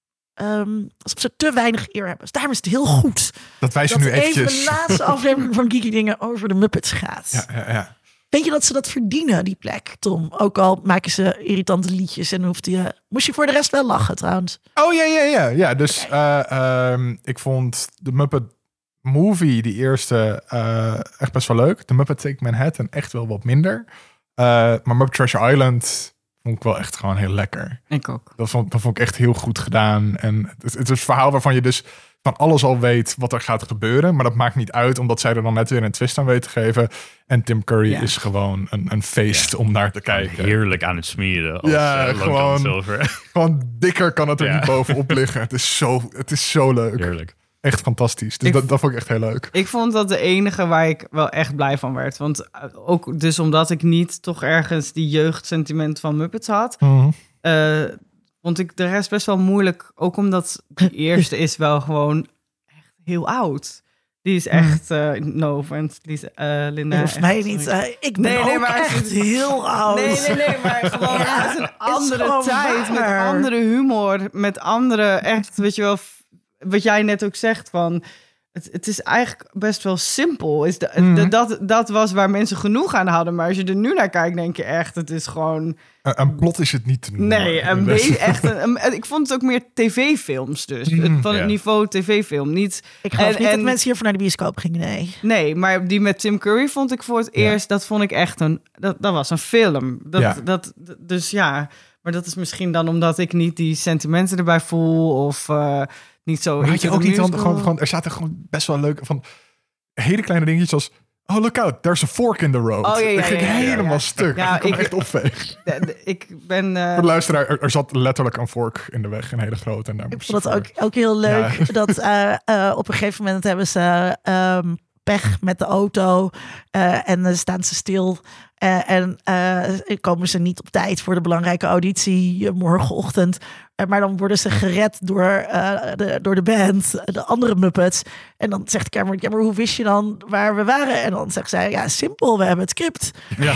um, alsof ze te weinig eer hebben. Dus daarom is het heel goed Dat wij ze dat nu even eventjes... de laatste aflevering van Geeky Dingen over de Muppets gaat. Ja, ja, ja. Denk je dat ze dat verdienen, die plek, Tom? Ook al maken ze irritante liedjes en hoeft je... Moest je voor de rest wel lachen, trouwens? Oh ja, ja, ja. ja dus uh, um, ik vond de Muppet Movie, die eerste, uh, echt best wel leuk. De Muppet Take Manhattan echt wel wat minder. Uh, maar Muppet Treasure Island vond ik wel echt gewoon heel lekker. Ik ook. Dat vond, dat vond ik echt heel goed gedaan. En het, het is een verhaal waarvan je dus van alles al weet wat er gaat gebeuren. Maar dat maakt niet uit, omdat zij er dan net weer een twist aan weet te geven. En Tim Curry Ja. is gewoon een, een feest Ja. om naar te kijken. heerlijk aan het smeren. Als, Ja, uh, Long John gewoon- Silver. Gewoon dikker kan het er Ja. niet bovenop liggen. Het is zo, het is zo leuk. Heerlijk. Echt fantastisch. Dus Ik- dat, dat vond ik echt heel leuk. Ik vond dat de enige waar ik wel echt blij van werd. Want uh, ook dus omdat ik niet toch ergens die jeugdsentiment van Muppets had... Mhm. uh, vond ik de rest best wel moeilijk. Ook omdat die eerste is wel gewoon echt heel oud. Die is echt... Uh, no offense, Lisa, uh, Linda. Nee, of echt- mij niet. Uh, ik ben Nee, nee, ook maar- echt heel oud. Nee, nee, nee, maar gewoon Ja, het is een is andere gewoon tijd. waar. Met andere humor. Met andere, echt, weet je wel... f- Wat jij net ook zegt van... Het, het is eigenlijk best wel simpel. Is de, Mhm. de- dat, dat was waar mensen genoeg aan hadden. Maar als je er nu naar kijkt, denk je echt... Het is gewoon... Een, een plot is het niet te noemen. Nee, een Dus- beetje echt... Een, een- ik vond het ook meer tv-films dus. Mhm. Het- van het Ja. niveau tv-film. Niet... Ik geloof En- niet en- dat mensen hiervoor naar de bioscoop gingen, nee. Nee, maar die met Tim Curry vond ik voor het Ja. eerst... Dat vond ik echt een... Dat, dat was een film. Dat, Ja. dat, d- dus ja... Maar dat is misschien dan omdat ik niet die sentimenten erbij voel... Of uh, niet zo... Maar had je into ook the niet dan musical. gewoon, gewoon... Er zaten gewoon best wel leuke... Van hele kleine dingetjes als... Oh, look out, there's a fork in the road. Oh, ja, ja, Dat ging ja, ja, ja, helemaal ja. stuk. Ja, Ja, ik kon ik- echt opvegen. De- de- ik ben... uh, Voor de luisteraar, er, er zat letterlijk een vork in de weg. Een hele grote. En daar Ik moest vond ze het voor. ook, ook heel leuk Ja. dat uh, uh, op een gegeven moment hebben ze um, pech met de auto uh, en dan staan ze stil. Uh, en uh, komen ze niet op tijd voor de belangrijke auditie uh, morgenochtend. Uh, maar dan worden ze gered door, uh, de, door de band, de andere Muppets. En dan zegt Cameron, ja, maar hoe wist je dan waar we waren? En dan zegt zij, ja, simpel, we hebben het script. Ja.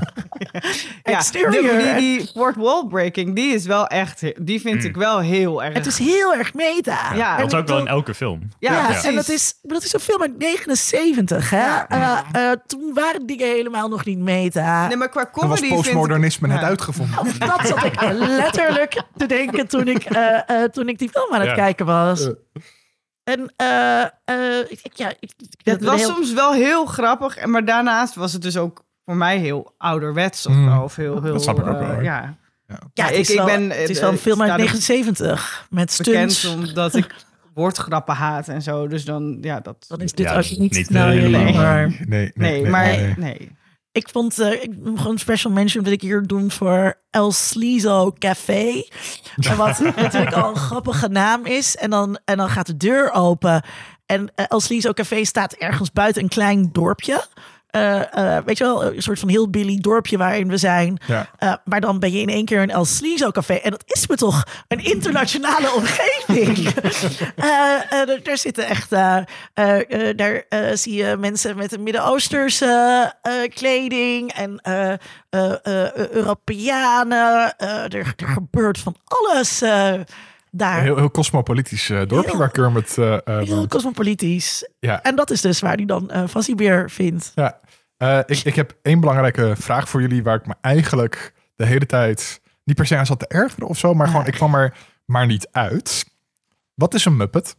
ja, Exterior. die, die, die fourth wall breaking, die is wel echt... Die vind ik wel heel erg... Het is heel erg meta. Ja, En Dat is ook wel in toen- elke film. Ja, Ja, precies. en dat is, dat is een film uit negenenzeventig. Hè? Ja. Uh, uh, toen waren dingen helemaal nog niet meta. Greta. Nee, maar qua Dan was comedy vind ik... postmodernisme net Ja. uitgevonden. Dat zat ik letterlijk te denken toen ik, eh, eh, toen ik die film aan het Ja. kijken was. En eh, eh, ik, ik- ja, ik, ik vind Het was heel- soms wel heel grappig, en maar daarnaast was het dus ook voor mij heel ouderwets of, Mm. zo, of heel, heel... Dat snap ik ook eh, wel, hoor. ja. Ja, het ik- is, ik wel, ben, het is eh, wel een ik film uit sta er negenenzeventig met bekend stunts. omdat ik woordgrappen haat en zo. Dus dan, ja, dat... Dan is dit Ja, ook niet... niet, nou, eh, ja, nee. maar Nee, nee, Nee, nee, maar nee. nee. ik vond... eh, ik moet gewoon een special mention wil ik hier doen voor El Slizo Café. En wat natuurlijk al een grappige naam is. En dan, en dan gaat de deur open. En eh, El Slizo Café staat ergens buiten een klein dorpje. Eh, eh, weet je wel, een soort van heel billy dorpje waarin we zijn. Ja. Uh, maar dan ben je in één keer een El Slizo Café. En dat is me toch een internationale omgeving. uh, uh, er, er zitten echt... Uh, uh, uh, daar uh, zie je mensen met een Midden-Oosterse uh, kleding. En uh, uh, uh, Europeanen. Uh, er, er gebeurt van alles uh, daar. Een heel, heel cosmopolitisch uh, dorpje Heel- waar Kermit uh, uh, Heel woont. cosmopolitisch. Ja. En dat is dus waar hij dan uh, Fuzzybear vindt. Ja, uh, ik, ik heb één belangrijke vraag voor jullie waar ik me eigenlijk de hele tijd niet per se aan zat te ergeren of zo, maar gewoon ik kwam er maar niet uit. Wat is een Muppet?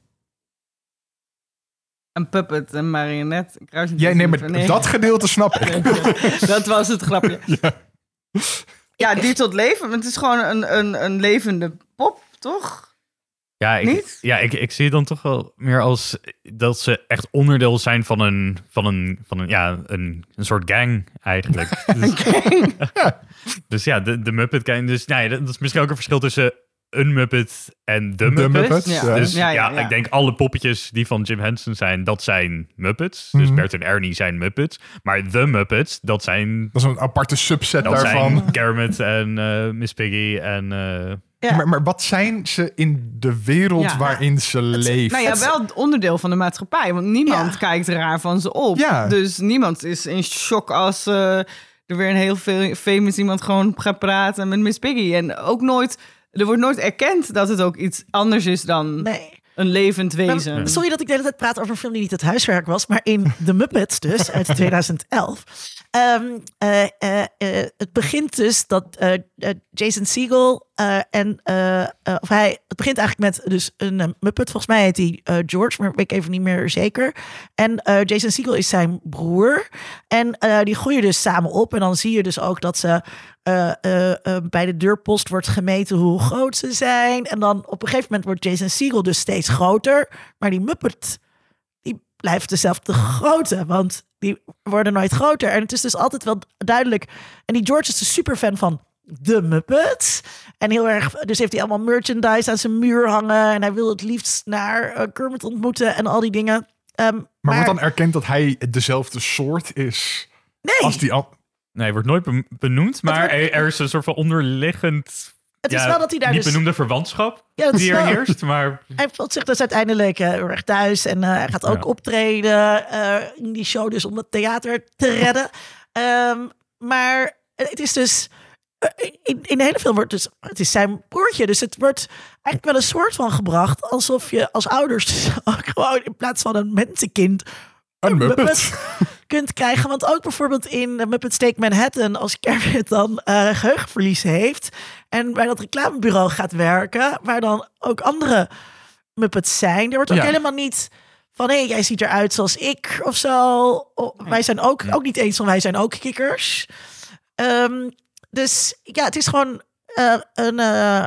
Een puppet, een marionet, een kruising. Jij nee, maar Nee. dat gedeelte snap ik. Dat was het grapje. Ja. Ja, die tot leven. Het is gewoon een, een, een levende pop, toch? Ja, ik, Niet? ja ik, ik zie het dan toch wel meer als dat ze echt onderdeel zijn van een, van een, van een, ja, een, een soort gang eigenlijk. Dus, dus ja, de, de Muppet Gang. Dus nee, dat is misschien ook een verschil tussen een Muppet en de De Muppet. Muppet. Ja. Ja. Dus Ja, ja, ja, ja. ik denk alle poppetjes die van Jim Henson zijn, dat zijn Muppets. Dus Mhm. Bert en Ernie zijn Muppets. Maar de Muppets, dat zijn, Dat is een aparte subset dat daarvan. zijn Kermit en eh, Miss Piggy en... eh, Ja. Maar, maar wat zijn ze in de wereld Ja. waarin ze leven? Nou ja, wel onderdeel van de maatschappij. Want niemand Ja. kijkt raar van ze op. Ja. Dus niemand is in shock als eh, er weer een heel veel famous iemand gewoon gaat praten met Miss Piggy. En ook nooit, er wordt nooit erkend dat het ook iets anders is dan Nee. een levend wezen. Maar, sorry dat ik de hele tijd praat over een film die niet het huiswerk was, maar in The Muppets dus, uit tweeduizend elf. Ehm, eh, eh, eh, het begint dus dat eh, eh, Jason Segel eh, en, eh, eh, of hij, het begint eigenlijk met dus een eh, Muppet, volgens mij heet hij eh, George, maar weet ik even niet meer zeker. En eh, Jason Segel is zijn broer. En eh, die groeien dus samen op en dan zie je dus ook dat ze Uh, uh, uh, bij de deurpost wordt gemeten hoe groot ze zijn. En dan op een gegeven moment wordt Jason Segel dus steeds groter. Maar die Muppet, die blijft dezelfde grootte. Want die worden nooit groter. En het is dus altijd wel duidelijk. En die George is dus super fan van de Muppets. En heel erg, dus heeft hij allemaal merchandise aan zijn muur hangen. En hij wil het liefst naar uh, Kermit ontmoeten en al die dingen. Um, maar Maar wordt dan erkend dat hij dezelfde soort is nee, als die al... Nee, wordt nooit be- benoemd, maar wordt- er er is een soort van onderliggend... het is ja, wel dat hij daar niet dus... benoemde verwantschap Ja, dat is die er wel- heerst, maar... Hij voelt zich dus uiteindelijk uh, heel erg thuis. En uh, hij gaat ook Ja. optreden uh, in die show dus om het theater te redden. um, maar het is dus... uh, In, in de hele film wordt dus... Het is zijn broertje. Dus het wordt eigenlijk wel een soort van gebracht. Alsof je als ouders dus ook gewoon in plaats van een mensenkind... Een Muppet. kunt krijgen. Want ook bijvoorbeeld in uh, Muppets Take Manhattan... als Kermit dan uh, geheugenverlies heeft... en bij dat reclamebureau gaat werken... waar dan ook andere Muppets zijn. Er wordt ook Ja. helemaal niet van... hé, hey, jij ziet eruit zoals ik of zo. O, wij zijn ook, ook niet eens van... wij zijn ook kikkers. Um, dus ja, het is gewoon... Uh, een, uh,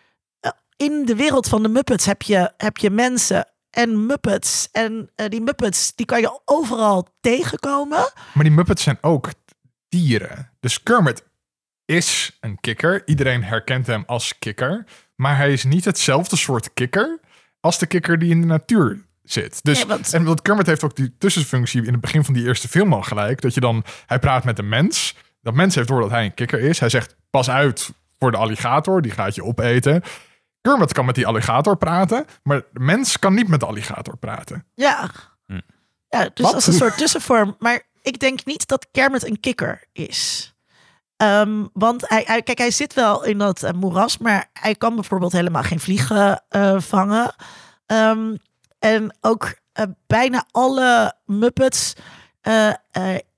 in de wereld van de Muppets heb je, heb je mensen... en Muppets. En uh, die Muppets, die kan je overal tegenkomen. Maar die Muppets zijn ook dieren. Dus Kermit is een kikker. Iedereen herkent hem als kikker. Maar hij is niet hetzelfde soort kikker als de kikker die in de natuur zit. Dus, Nee, want- En want Kermit heeft ook die tussenfunctie in het begin van die eerste film al gelijk. Dat je dan, hij praat met een mens. Dat mens heeft door dat hij een kikker is. Hij zegt, pas uit voor de alligator, die gaat je opeten. Kermit kan met die alligator praten, maar de mens kan niet met de alligator praten. Ja. Hm. Ja, dus Wat? als een soort tussenvorm. Maar ik denk niet dat Kermit een kikker is. Um, want hij, hij, kijk, hij zit wel in dat uh, moeras, maar hij kan bijvoorbeeld helemaal geen vliegen uh, vangen. Um, en ook uh, bijna alle Muppets uh, uh,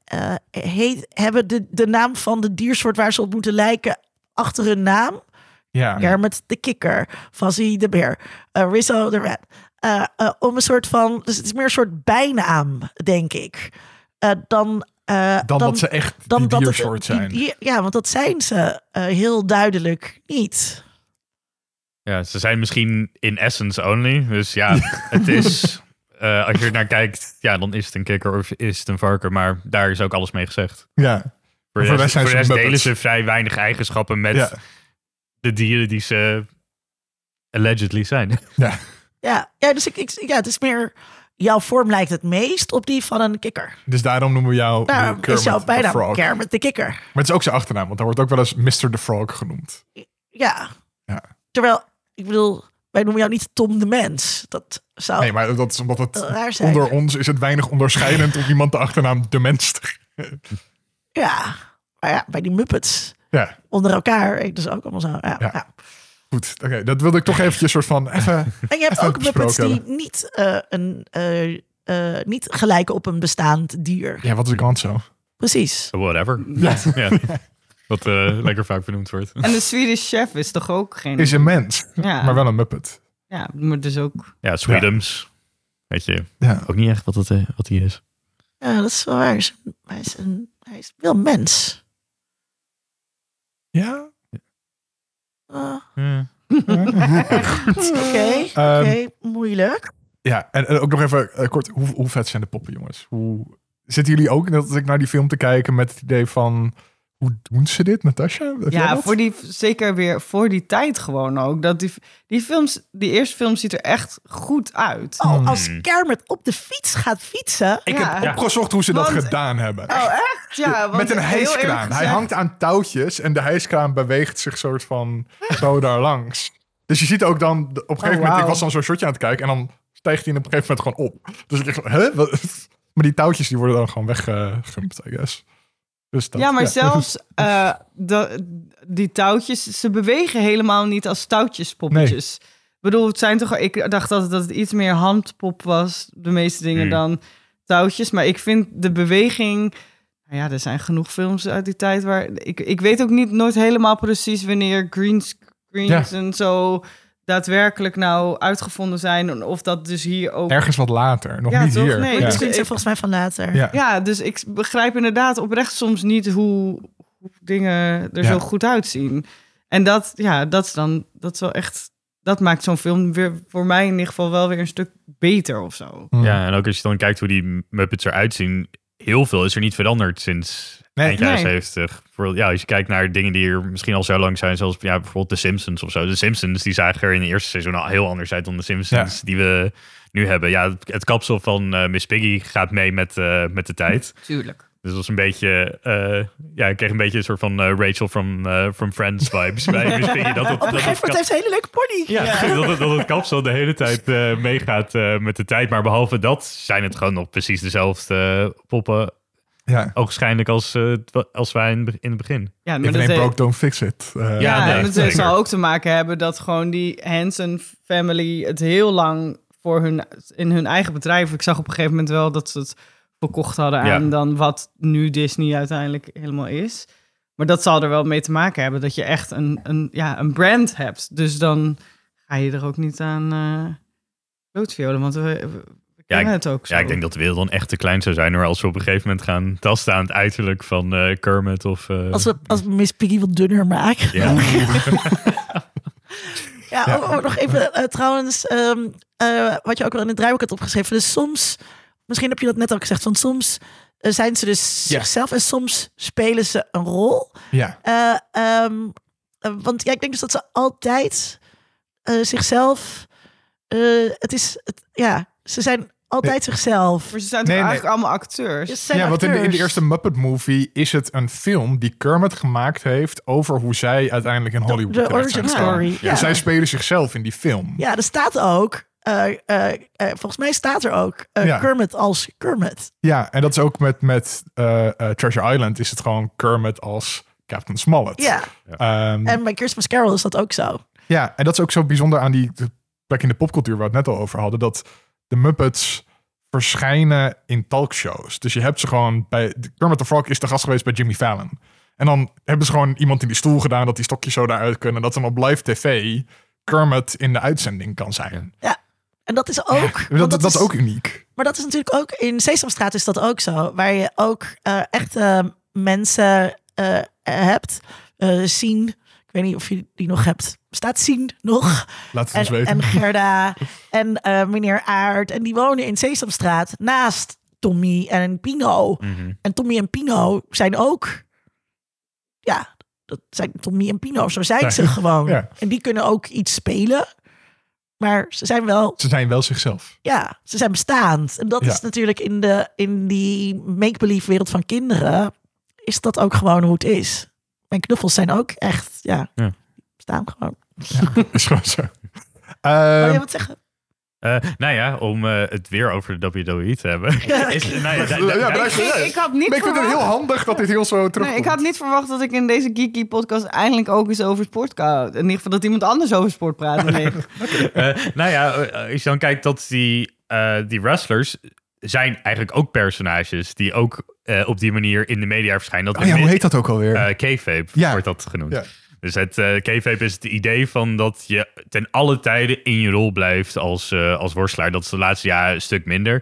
uh, heet, hebben de, de naam van de diersoort waar ze op moeten lijken achter hun naam. Ja. Kermit de kikker, Fuzzy de beer, uh, Rizzo de rat. Uh, uh, om een soort van, dus het is meer een soort bijnaam, denk ik. Uh, dan, uh, Dan, dan dat ze echt dan die dat het- diersoort die- zijn. die- ja, want dat zijn ze uh, heel duidelijk niet. Ja, ze zijn misschien in essence only. Dus ja, het is... uh, als je er naar kijkt, ja, dan is het een kikker of is het een varken. Maar daar is ook alles mee gezegd. Ja. Voor de Voor de rest, rest zijn voor de ze rest delen Muppets. ze vrij weinig eigenschappen met Ja. de dieren die ze allegedly zijn. Ja. Ja, ja dus ik, ik, ja, het is meer, jouw vorm lijkt het meest op die van een kikker. Dus daarom noemen we jou Daarom Kermit is jouw the bijnaam Frog. Kermit de kikker. Maar het is ook zijn achternaam, want hij wordt ook wel eens mister the Frog genoemd. Ja. Ja. Terwijl, ik bedoel, wij noemen jou niet Tom de Mens. Dat zou Nee, maar dat is omdat het raar zijn. onder ons is het weinig onderscheidend om iemand de achternaam de mens te geven. Ja, maar ja, bij die Muppets Ja, onder elkaar, ik dus ook allemaal zo. Ja, Ja. ja. goed. Oké, dat wilde ik toch eventjes soort van even... En je hebt Even ook Muppets die besproken niet, uh, een, uh, uh, niet gelijken op een bestaand dier. Ja, wat is de kans zo? Precies. Whatever. Ja. Ja. Wat uh, lekker vaak benoemd wordt. En de Swedish Chef is toch ook geen... Is een mens, ja, maar wel een Muppet. ja, maar dus ook... Ja, Sweetums. Weet je, Ja. ook niet echt wat, het, uh, wat hij is. Ja, dat is wel waar. Hij is, hij is, een, hij is wel mens. Ja? Uh, Ja. Oké, Ehm, oké, moeilijk. Ja, en, en ook nog even uh, kort, hoe, hoe vet zijn de poppen, jongens? Hoe, zitten jullie ook, net als ik naar die film te kijken, met het idee van, hoe doen ze dit, Natasha? Heb jij Ja, dat? voor die, zeker weer voor die tijd gewoon ook. Dat die, die films, die eerste film ziet er echt goed uit. Oh, als Kermit op de fiets gaat fietsen. Ik Ja. heb opgezocht hoe ze dat Want- gedaan hebben. Oh, echt? Ja, want Met een heel eerlijk hijskraan. Hij gezegd- hangt aan touwtjes en de hijskraan beweegt zich soort van zo daar langs. Dus je ziet ook dan, op een gegeven Oh, moment, ik wauw. was dan zo'n shotje aan het kijken en dan stijgt hij op een gegeven moment gewoon op. Dus ik dacht, hè? Wat? Maar die touwtjes die worden dan gewoon weggegumpt, I guess. Dus dat, Ja, maar zelfs eh, de, die touwtjes, ze bewegen helemaal niet als touwtjespoppetjes. Ik bedoel, het zijn toch... Ik dacht dat, dat het iets meer handpop was, de meeste dingen, Hmm. dan touwtjes. Maar ik vind de beweging... Nou ja, er zijn genoeg films uit die tijd waar... Ik, ik weet ook niet nooit helemaal precies wanneer greenscreens Ja. en zo daadwerkelijk nou uitgevonden zijn. En of dat dus hier ook... Ergens wat later, nog Ja, niet toch? hier. Nee, ja. dus- Misschien zijn volgens mij van later. Ja. Ja, dus ik begrijp inderdaad oprecht soms niet hoe, hoe dingen er Ja. zo goed uitzien. En dat, ja, dat is dan, dat is wel echt, dat maakt zo'n film weer voor mij in ieder geval wel weer een stuk beter of zo. Hmm. Ja, en ook als je dan kijkt hoe die Muppets eruit zien, heel veel is er niet veranderd sinds Nee. eind jaren Nee. zeventig. Voor, ja, als je kijkt naar dingen die er misschien al zo lang zijn, zoals ja, bijvoorbeeld de Simpsons of zo. De Simpsons die zagen er in het eerste seizoen al heel anders uit dan de Simpsons Ja. die we nu hebben. Ja, het, het kapsel van eh, Miss Piggy gaat mee met, uh, met de tijd. Tuurlijk. Dus dat was een beetje, uh, ja, ik kreeg een beetje een soort van uh, Rachel from, uh, from Friends vibes bij Miss Piggy. Dat het, Op een dat gegeven het moment heeft ze een hele leuke pony. ja, Dat, het, dat het kapsel de hele tijd uh, meegaat uh, met de tijd. Maar behalve dat zijn het gewoon nog precies dezelfde uh, poppen. Ja. Oogschijnlijk als, uh, als wij in, in het begin. Ja, maar If it dat, ain't he- broke, don't fix it. Uh, ja, Ja, nee, en het zeker. zal ook te maken hebben dat gewoon die Hansen family het heel lang voor hun, in hun eigen bedrijf. Ik zag op een gegeven moment wel dat ze het verkocht hadden aan Ja. dan wat nu Disney uiteindelijk helemaal is. Maar dat zal er wel mee te maken hebben dat je echt een, een, ja, een brand hebt. Dus dan ga je er ook niet aan uh, doodviolen, want we, we we Ja, kennen ik- het ook zo. Ja, ik denk dat de wereld dan echt te klein zou zijn. Hoor, als we op een gegeven moment gaan tasten aan het uiterlijk van uh, Kermit of... Uh, Als we, als we Miss Piggy wat dunner maken. ja. Ja, Ja. Ook, ook nog even uh, trouwens, um, uh, wat je ook wel in het draaiboek had opgeschreven. Dus soms, misschien heb je dat net ook gezegd, van soms uh, zijn ze dus Ja. zichzelf en soms spelen ze een rol. ja. Uh, um, uh, want ja, ik denk dus dat ze altijd uh, zichzelf, uh, het is, het, ja, ze zijn altijd Nee. zichzelf. Maar ze zijn Nee, toch nee. eigenlijk allemaal acteurs? Ze zijn Ja, want in de, in de acteurs. eerste Muppet Movie is het een film die Kermit gemaakt heeft over hoe zij uiteindelijk in Hollywood de terecht origin zijn gekomen. story, ja. Dus zij spelen zichzelf in die film. Ja, er staat ook, uh, uh, uh, volgens mij staat er ook uh, Ja. Kermit als Kermit. Ja, en dat is ook met, met uh, uh, Treasure Island is het gewoon Kermit als Captain Smollett. Ja, Ehm, en bij Christmas Carol is dat ook zo. ja, en dat is ook zo bijzonder aan die de plek in de popcultuur waar we het net al over hadden. Dat de Muppets verschijnen in talkshows. Dus je hebt ze gewoon bij... Kermit the Frog is de gast geweest bij Jimmy Fallon. En dan hebben ze gewoon iemand in die stoel gedaan... dat die stokjes zo daaruit kunnen. Dat dan op live tv Kermit in de uitzending kan zijn. Ja, en dat is ook... Ja, want dat, dat, is, is ook uniek. Maar dat is natuurlijk ook... In Sesamstraat is dat ook zo. Waar je ook uh, echte mensen uh, hebt. Uh, Sien. Ik weet niet of je die nog hebt. Staat Sien nog? Laat het En, ons weten. en Gerda. en uh, meneer Aert. En die wonen in Sesamstraat. Naast Tommy en Pino. Mhm. En Tommy en Pino zijn ook... Ja, dat zijn Tommy en Pino. Zo zijn Ja. ze gewoon. Ja. En die kunnen ook iets spelen. Maar ze zijn wel... Ze zijn wel zichzelf. Ja, ze zijn bestaand. En dat Ja. is natuurlijk in, de, in die make-believe wereld van kinderen... is dat ook gewoon hoe het is. Mijn knuffels zijn ook echt... Ja, Ja. staan gewoon. Is gewoon zo. Wil Ehm, je wat zeggen? Uh, nou ja, om uh, het weer over de W W E te hebben. Ja. Is, nou ja, da- Ja, da- da- blijf- Ik, ik had niet maar ik vind het verwacht... heel handig dat dit heel zo terugkomt. Nee, ik had niet verwacht dat ik in deze geeky podcast eindelijk ook eens over sport kan. In ieder geval dat iemand anders over sport praat dan ik. Uh, nou ja, uh, als je dan kijkt dat die, uh, die wrestlers zijn eigenlijk ook personages die ook uh, op die manier in de media verschijnen. Dat Oh ja, in- hoe heet dat ook alweer? Uh, kayfabe Ja. wordt dat genoemd. Ja. Dus het uh, kayfabe is het idee van dat je ten alle tijden in je rol blijft als, uh, als worstelaar. Dat is de laatste jaren een stuk minder.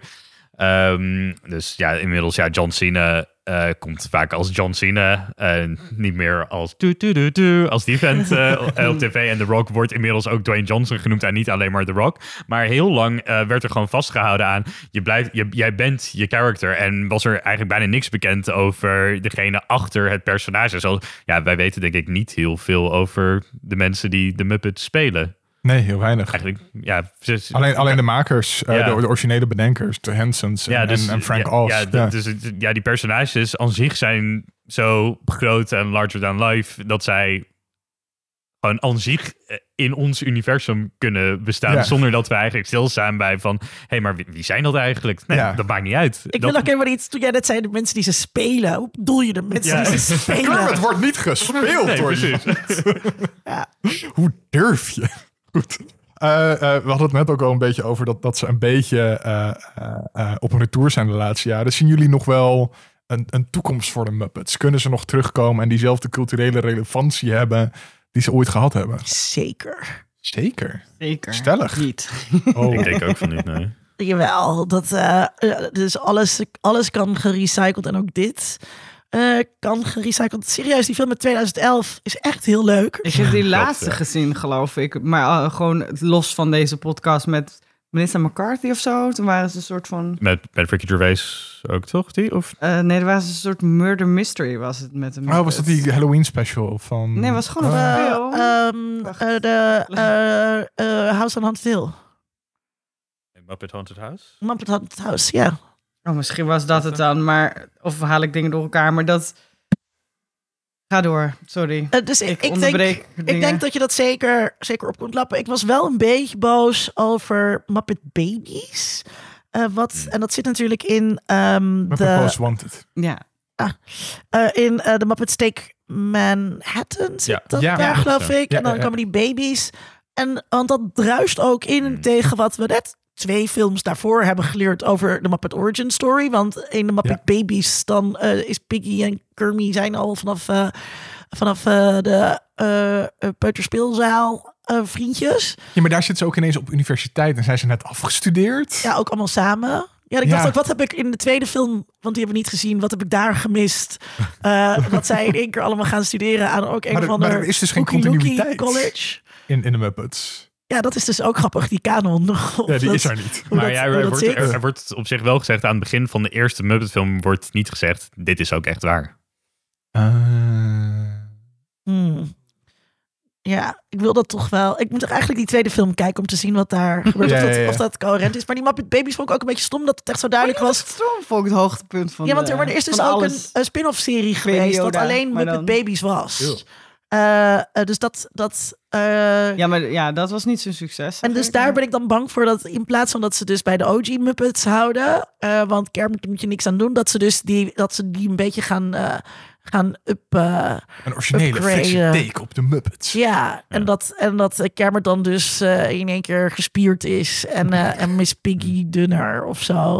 Um, dus ja, inmiddels, ja, John Cena uh, komt vaak als John Cena. En niet meer als tu, tu, tu, tu, als die vent uh, op tv. En The Rock wordt inmiddels ook Dwayne Johnson genoemd en niet alleen maar The Rock. Maar heel lang uh, werd er gewoon vastgehouden aan, je blijft, je, jij bent je character. En was er eigenlijk bijna niks bekend over degene achter het personage. Zoals, ja, wij weten denk ik niet heel veel over de mensen die de Muppets spelen. Nee, heel weinig. Eigenlijk, ja. Ze, Alleen, alleen de makers, uh, Ja. de, de originele bedenkers, de Hansons en, Ja, dus, en, en Frank ja, Oz. Ja, Ja. d- Dus, het- ja, die personages aan zich zijn zo groot en larger than life dat zij gewoon aan zich in ons universum kunnen bestaan. Ja. Zonder dat we eigenlijk stilstaan bij van, hé, hey, maar wie, wie zijn dat eigenlijk? Nee, Ja. dat maakt niet uit. Ik dat, wil ook even iets... Toen jij net zei, de mensen die ze spelen. Hoe bedoel je de mensen Ja. die ze spelen? Kermit wordt niet gespeeld Nee, door precies. iemand. Ja. Hoe durf je? Goed. Uh, uh, we hadden het net ook al een beetje over dat, dat ze een beetje uh, uh, uh, op een retour zijn de laatste jaren. Zien jullie nog wel een, een toekomst voor de Muppets? Kunnen ze nog terugkomen en diezelfde culturele relevantie hebben die ze ooit gehad hebben? Zeker. Zeker. Zeker. Stellig. Niet. Oh. Ik denk ook van niet, nee. Jawel, dat, uh, dus alles, alles kan gerecycled en ook dit uh, kan gerecycled. Serieus, die film uit tweeduizend elf is echt heel leuk. Ik heb die laatste ja. gezien, geloof ik. Maar uh, gewoon los van deze podcast met Melissa McCarthy of zo. Toen waren ze een soort van... Met, met Ricky Gervais ook, toch? Die? Of? Uh, nee, er was een soort murder mystery was het met hem. Oh, was dat die Halloween special van... Nee, het was gewoon een Uh, film. um, Wacht. uh, de uh, uh, House on Haunted Hill. Muppet Haunted House? Muppet Haunted House, ja. Oh, misschien was dat het dan, maar... Of haal ik dingen door elkaar, maar dat... Ga door, sorry. Uh, dus ik, Ik ik, denk, onderbreek ik dingen. denk dat je dat zeker, zeker op kunt lappen. Ik was wel een beetje boos over Muppet Babies. Uh, wat, en dat zit natuurlijk in um, Muppet de... Most Wanted. Ja. Uh, in uh, de Muppets Take Manhattan zit Ja. dat Ja, daar, ja, geloof zo. ik. Ja, en dan ja, ja. komen die baby's. En want dat druist ook in Hmm. tegen wat we net twee films daarvoor hebben geleerd over de Muppet Origin Story. Want in de Muppet Babies dan uh, is Piggy en Kermie zijn al vanaf, uh, vanaf uh, de uh, peuterspeelzaal uh, vriendjes. Ja, maar daar zitten ze ook ineens op universiteit en zijn ze net afgestudeerd. Ja, ook allemaal samen. Ja, ik Ja. dacht ook, wat heb ik in de tweede film, want die hebben we niet gezien, wat heb ik daar gemist? Uh, dat zij in één keer allemaal gaan studeren aan ook een Maar of er- ander maar er is dus geen Ookie Lookie continuïteit. college. In, in de Muppets. Ja, dat is dus ook grappig, die kanon. Of Ja, die dat- is er niet. hoe Maar dat- ja, hoe er, dat wordt, zit. er, er wordt op zich wel gezegd aan het begin van de eerste Muppet-film wordt niet gezegd, dit is ook echt waar. Uh, Hmm. Ja, ik wil dat toch wel. Ik moet toch eigenlijk die tweede film kijken om te zien wat daar gebeurt. Ja, of, dat, ja, ja. of dat coherent is. Maar die Muppet Babies vond ik ook een beetje stom dat het echt zo duidelijk was. Stroom vond ik het hoogtepunt van Ja, want de- er, maar er is dus van ook een, alles. een spin-off serie geweest dat Yoda, alleen maar Muppet dan- Babies was. Eeuw. Uh, uh, dus dat... dat uh, Ja, maar ja, dat was niet zo'n succes. En zeg dus ik. daar ben ik dan bang voor dat in plaats van dat ze dus bij de O G Muppets houden, uh, want Kermit moet je niks aan doen, dat ze dus die, dat ze die een beetje gaan, uh, gaan up. Uh, een originele Upgrade, frisse uh, take op de Muppets. ja, en dat, en dat uh, Kermit dan dus uh, in één keer gespierd is en, uh, en Miss Piggy dunner of zo.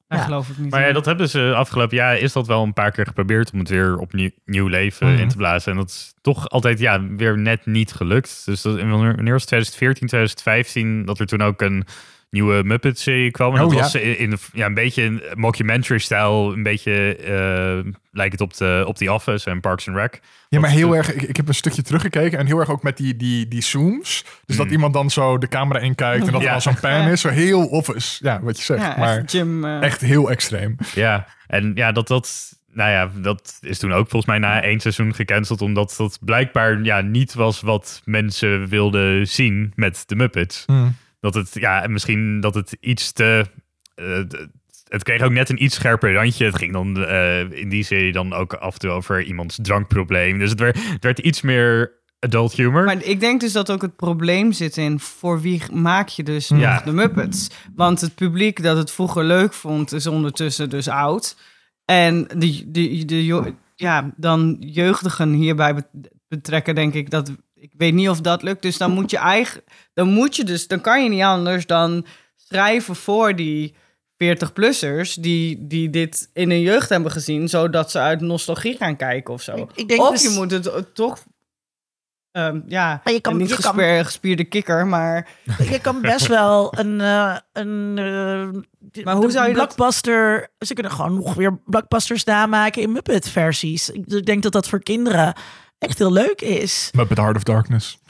Dat Ja. geloof ik niet. Maar ja, dat hebben ze afgelopen jaar is dat wel een paar keer geprobeerd om het weer opnieuw nieuw leven Mhm. in te blazen. En dat is toch altijd ja, weer net niet gelukt. Dus dat, wanneer wanneer was het twintig veertien, twintig vijftien, dat er toen ook een nieuwe Muppet-serie kwam. En Oh, dat ja. was in, in ja, een beetje een mockumentary-stijl, een beetje uh, lijkt het op de op The Office en Parks and Rec. Ja, maar Dat- heel erg. Ik, ik heb een stukje teruggekeken en heel erg ook met die, die, die zooms. Dus dat Mm. iemand dan zo de camera inkijkt en dat er Ja. dan zo'n pan is. Zo heel Office. Ja, wat je zegt. Ja, maar echt Jim. eh, echt heel extreem. Ja, en ja, dat dat. Nou ja, dat is toen ook volgens mij na één seizoen gecanceld, omdat dat blijkbaar ja, niet was wat mensen wilden zien met de Muppets. Mm. Dat het, ja, misschien dat het iets te. Uh, het kreeg ook net een iets scherper randje. Het ging dan uh, in die serie dan ook af en toe over iemands drankprobleem. Dus het werd, het werd iets meer adult humor. Maar ik denk dus dat ook het probleem zit in voor wie maak je dus Ja. nog de Muppets. Want het publiek dat het vroeger leuk vond, is ondertussen dus oud. En de, de, de, jo- ja, dan jeugdigen hierbij bet- betrekken, denk ik dat. Ik weet niet of dat lukt. Dus dan moet je eigen. Dan moet je dus. Dan kan je niet anders dan schrijven voor die veertig-plussers die, die dit in hun jeugd hebben gezien, zodat ze uit nostalgie gaan kijken of zo. Ik- ik denk of dus- je moet het uh, toch. Um, ja, Maar je kan- en niet je kan- gespeer- gespierde kikker, maar Je kan best wel een... eh, een eh, de- Maar hoe de zou je dat- blockbuster... Ze kunnen gewoon nog weer blockbusters namaken in Muppet-versies. Ik ik denk dat dat voor kinderen echt heel leuk is. Muppet Heart of Darkness.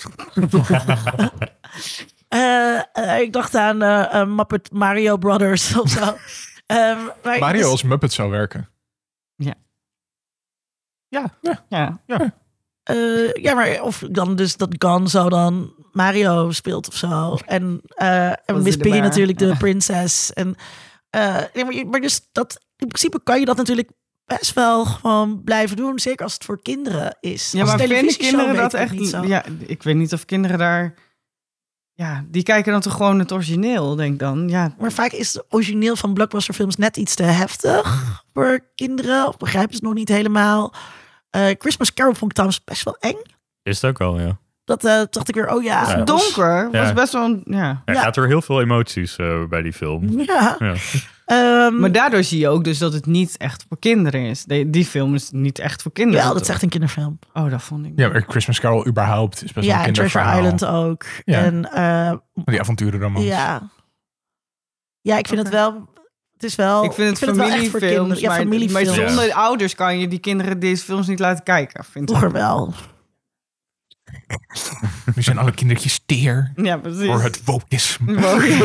Eh, eh, ik dacht aan eh, eh, Muppet Mario Brothers of zo. Ehm, maar Mario dus- als Muppet zou werken. ja. Eh, ja, maar of dan dus dat Gonzo dan Mario speelt of zo. En, eh en Fozzie Miss de Piggy Bear. natuurlijk de Ja. prinses. En, eh, nee, maar, je- maar dus dat, in principe kan je dat natuurlijk best wel gewoon blijven doen. Zeker als het voor kinderen is. Ja, Als maar vinden televisieshow kinderen weet dat ik echt... niet zo. Ja, ik weet niet of kinderen daar... Ja, die kijken dan toch gewoon het origineel, denk ik dan. Ja, Maar vaak is het origineel van blockbusterfilms net iets te heftig voor kinderen. Of begrijpen ze het nog niet helemaal. Eh, Christmas Carol vond ik trouwens best wel eng. Is het ook wel, ja. Dat eh, dacht ik weer, oh ja. Ja. dat was- donker was Ja. best wel... een- Ja. Er Ja. gaat er heel veel emoties uh, bij die film. Ja. Ja. Ehm, Maar daardoor zie je ook dus dat het niet echt voor kinderen is. Die, die film is niet echt voor kinderen. ja, dat is echt een kinderfilm. Oh, dat vond ik. Ja, maar Christmas Carol überhaupt is best wel Ja, een en Treasure kinderverhaal. Island ook. Ja. En eh, Die avonturenromans. ja. Ja, ik vind het wel... Het is wel... Ik vind het wel echt voor familiefilms, kinderen. Ja, maar, maar familiefilms. Ja. zonder ouders kan je die kinderen deze films niet laten kijken. Vind ik. Vroeger wel. Nu zijn alle kindertjes teer Ja, precies. voor het wokisme.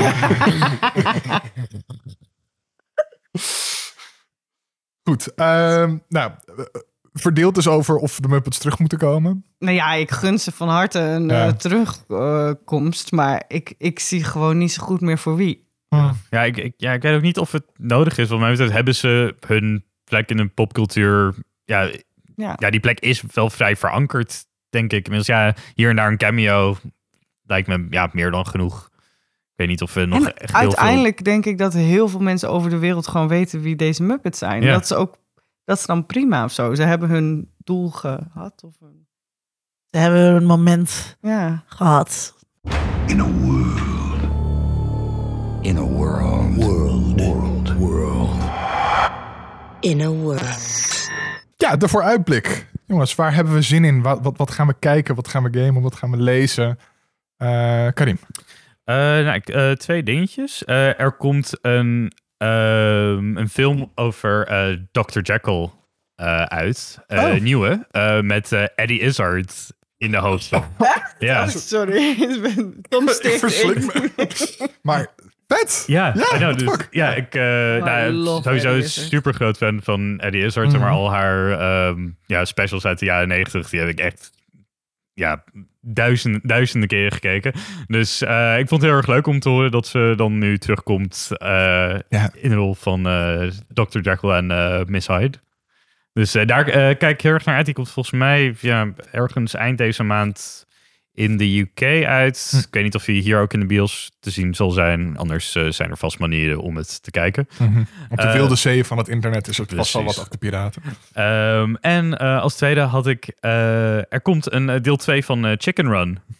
Goed. ehm, nou, eh, verdeeld is over of de Muppets terug moeten komen. Nou ja, ik gun ze van harte een Ja. eh, terugkomst. maar ik, ik zie gewoon niet zo goed meer voor wie. Ja, ik, ik, ja, ik weet ook niet of het nodig is. Want mij betreft hebben ze hun plek in een popcultuur. Ja, Ja. ja, die plek is wel vrij verankerd, denk ik. Inmiddels, ja, hier en daar een cameo lijkt me ja, meer dan genoeg. Ik weet niet of we nog En echt heel uiteindelijk denk ik dat heel veel mensen over de wereld gewoon weten wie deze Muppets zijn. Ja. Dat ze ook, dat is dan prima of zo. Ze hebben hun doel gehad. Of een, Ze hebben een moment ja. gehad. In a world. In a world. World. World. World. In a world. Ja, de vooruitblik. Jongens, waar hebben we zin in? Wat, wat, wat gaan we kijken? Wat gaan we gamen? Wat gaan we lezen? Eh, Karim. Uh, nou, ik, uh, twee dingetjes. Uh, er komt een, uh, een film over uh, dokter Jekyll uh, uit. Uh, Oh. Nieuwe. Uh, met uh, Eddie Izzard in de hoofdrol. Ja. Oh, sorry. Tom stikt. verslik Ik- Maar vet! Ja, Ja, I know, what the dus, fuck? ja, ik uh, nou, love sowieso Eddie een Izzard. super groot fan van Eddie Izzard. Mhm. Maar al haar um, ja, specials uit de jaren negentig, die heb ik echt ja, duizenden, duizenden keren gekeken. Dus uh, ik vond het heel erg leuk om te horen dat ze dan nu terugkomt uh, Ja. in de rol van uh, dokter Jekyll en uh, Miss Hyde. Dus uh, daar uh, kijk ik heel erg naar uit. Die komt volgens mij ja, ergens eind deze maand in de U K uit. Hm. Ik weet niet of hij hier ook in de bios te zien zal zijn. Anders uh, zijn er vast manieren om het te kijken. Mhm. Op de Uh, wilde zee van het internet is het vast wel precies. wat af te piraten. Um, en uh, als tweede had ik... Uh, er komt een uh, deel twee van uh, Chicken Run.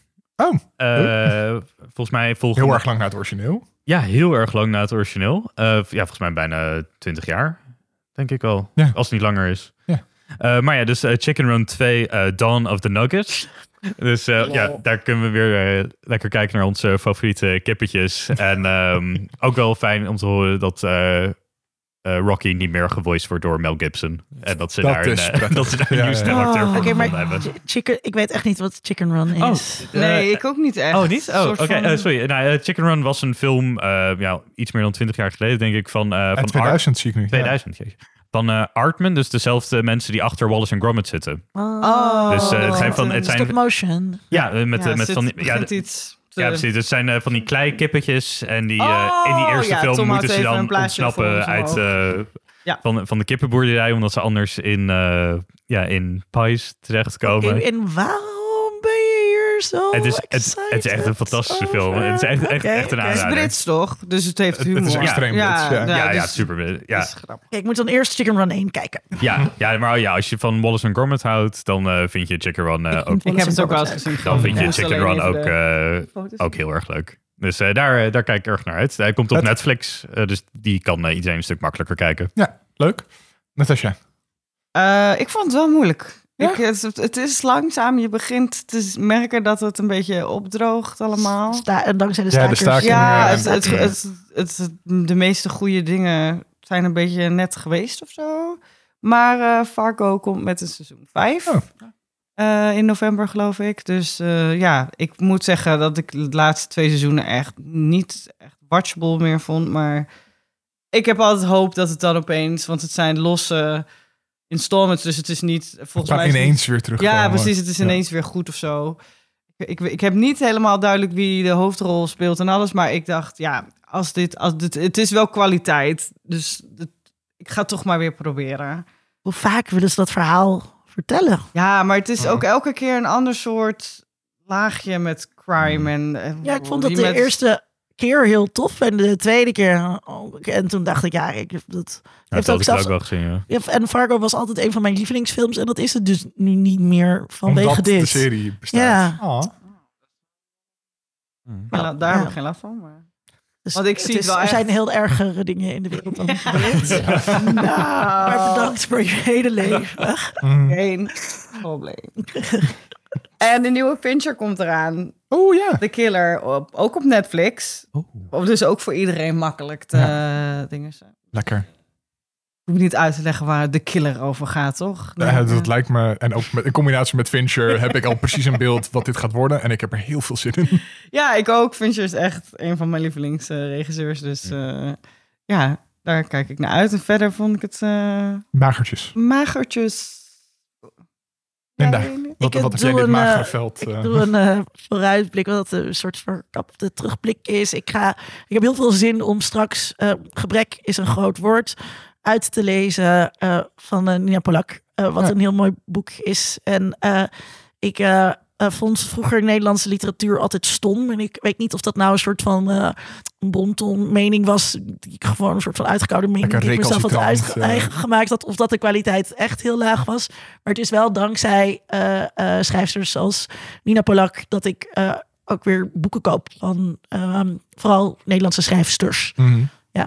Oh, Uh, volgens mij volgende... heel erg lang na het origineel. Ja, heel erg lang na het origineel. Uh, ja, volgens mij bijna twintig jaar, denk ik wel. Ja. Als het niet langer is. Ja. Uh, maar ja, dus uh, Chicken Run twee, uh, Dawn of the Nuggets. Dus uh, ja, daar kunnen we weer uh, lekker kijken naar onze favoriete kippetjes. En um, ook wel fijn om te horen dat uh, uh, Rocky niet meer gevoiced wordt door Mel Gibson. En dat ze Dat daar een, is uh, prettig. dat ze daar een Ja, nieuwe ja. stemacteur Oh, voor oké, gevonden maar hebben. ch- chicken, ik weet echt niet wat Chicken Run is. Oh, Nee, uh, ik ook niet echt. Oh, niet? Oh, Soort oké. van- uh, sorry. Nou, uh, Chicken Run was een film, uh, ja, iets meer dan twintig jaar geleden, denk ik, van, uh, En van tweeduizend zie ik nu. tweeduizend, jeetje. Van uh, Artman, dus dezelfde mensen die achter Wallace en Gromit zitten. Oh, Dus, uh, het zijn van- het zijn- stop motion. Ja, uh, met, Ja, uh, met zit- van die, ja, begint de- iets te- ja, precies. Dus het zijn uh, van die kleikippetjes. En die, uh, Oh, in die eerste ja, film Tom moeten had ze even een dan plaatje ontsnappen voor ons uit, omhoog. uh, Ja. van, van de kippenboerderij, omdat ze anders in, uh, ja, in pies terechtkomen. Oké, en waarom ben je hier zo Het is, het, excited het is echt een fantastische over? film. Het is echt, echt, Oké, echt een oké. Het is aanrader. Brits toch? Dus het heeft Het- humor. het is extreem Brits, ja. Ja, ja, dus- super. Ja, dat is grappig. Oké, ik moet dan eerst Chicken Run één kijken. ja, ja, maar ja, als je van Wallace en Gromit houdt, dan uh, vind je Chicken Run uh, ook. Ik heb het ook wel eens gezien. Dan vind je Ik moest Chicken alleen Run even ook, de uh, foto's ook heel erg leuk. Dus uh, daar, uh, daar kijk ik erg naar uit. Hij komt op Het- Netflix, uh, dus die kan uh, iedereen een stuk makkelijker kijken. Ja, leuk. Natasja. Eh, ik vond het wel moeilijk. Ja? Ik, het, het is langzaam. Je begint te merken dat het een beetje opdroogt allemaal. Sta en dankzij de Ja, de stakers. staking. Ja, en- het, het, het, het, het- de meeste goede dingen zijn een beetje net geweest of zo. Maar eh, Fargo komt met een seizoen vijf. Oh. Eh, in november, geloof ik. Dus eh, ja, ik moet zeggen dat ik de laatste twee seizoenen echt niet echt watchable meer vond. Maar ik heb altijd hoop dat het dan opeens... Want het zijn losse installments, dus het is niet... Het Volgens kan mij is het ineens weer terugkomen. ja, precies. Het is Ja. ineens weer goed of zo. Ik, ik, ik heb niet helemaal duidelijk wie de hoofdrol speelt en alles. Maar ik dacht, ja, als dit, als dit, het is wel kwaliteit. Dus het, ik ga het toch maar weer proberen. Hoe vaak willen ze dat verhaal vertellen? Ja, maar het is Oh. ook elke keer een ander soort laagje met crime. En, en Ja, ik vond dat die de met- eerste keer heel tof. En de tweede keer... oh, en toen dacht ik, ja, ik, dat Ja, heeft dat ook had ik zelfs... ook wel gezien, ja. Ja, en Fargo was altijd een van mijn lievelingsfilms. En dat is het dus nu niet meer vanwege Omdat dit. de serie bestaat. Ja. Oh. Maar la- daar Ja. heb ik geen last van. Maar... Dus Want ik zie het is- wel Er echt. zijn heel ergere dingen in de wereld dan dit. Maar bedankt voor je hele leven. Mm. Geen probleem. En de nieuwe Fincher komt eraan. Oh ja. The Killer, op, ook op Netflix. Oh. Of dus ook voor iedereen makkelijk te dingen zijn. Lekker. Ik hoef niet uit te leggen waar The Killer over gaat, toch? Ja, dat lijkt me, en ook met, in combinatie met Fincher heb ik al precies een beeld wat dit gaat worden. En ik heb er heel veel zin in. Ja, ik ook. Fincher is echt een van mijn lievelingsregisseurs. Dus uh, ja, daar kijk ik naar uit. En verder vond ik het uh, Magertjes. magertjes. Linda, Ja, nee. wat, Ik wat heb jij doe in dit een, magere eh, veld? Ik eh? doe een uh, vooruitblik, wat een soort verkapte terugblik is. Ik, ga, ik heb heel veel zin om straks, uh, gebrek is een groot woord, uit te lezen uh, van uh, Nina Polak. Uh, wat Ja. een heel mooi boek is. En uh, ik uh, uh, vond vroeger Nederlandse literatuur altijd stom. En ik weet niet of dat nou een soort van uh, bonton mening was. Die ik gewoon een soort van uitgekoude mening Lekker die ik mezelf had recalcitrant, uitge- uh. eigen gemaakt had. Of dat de kwaliteit echt heel laag was. Maar het is wel dankzij uh, uh, schrijfsters zoals Nina Polak dat ik uh, ook weer boeken koop van uh, vooral Nederlandse schrijfsters. Mhm.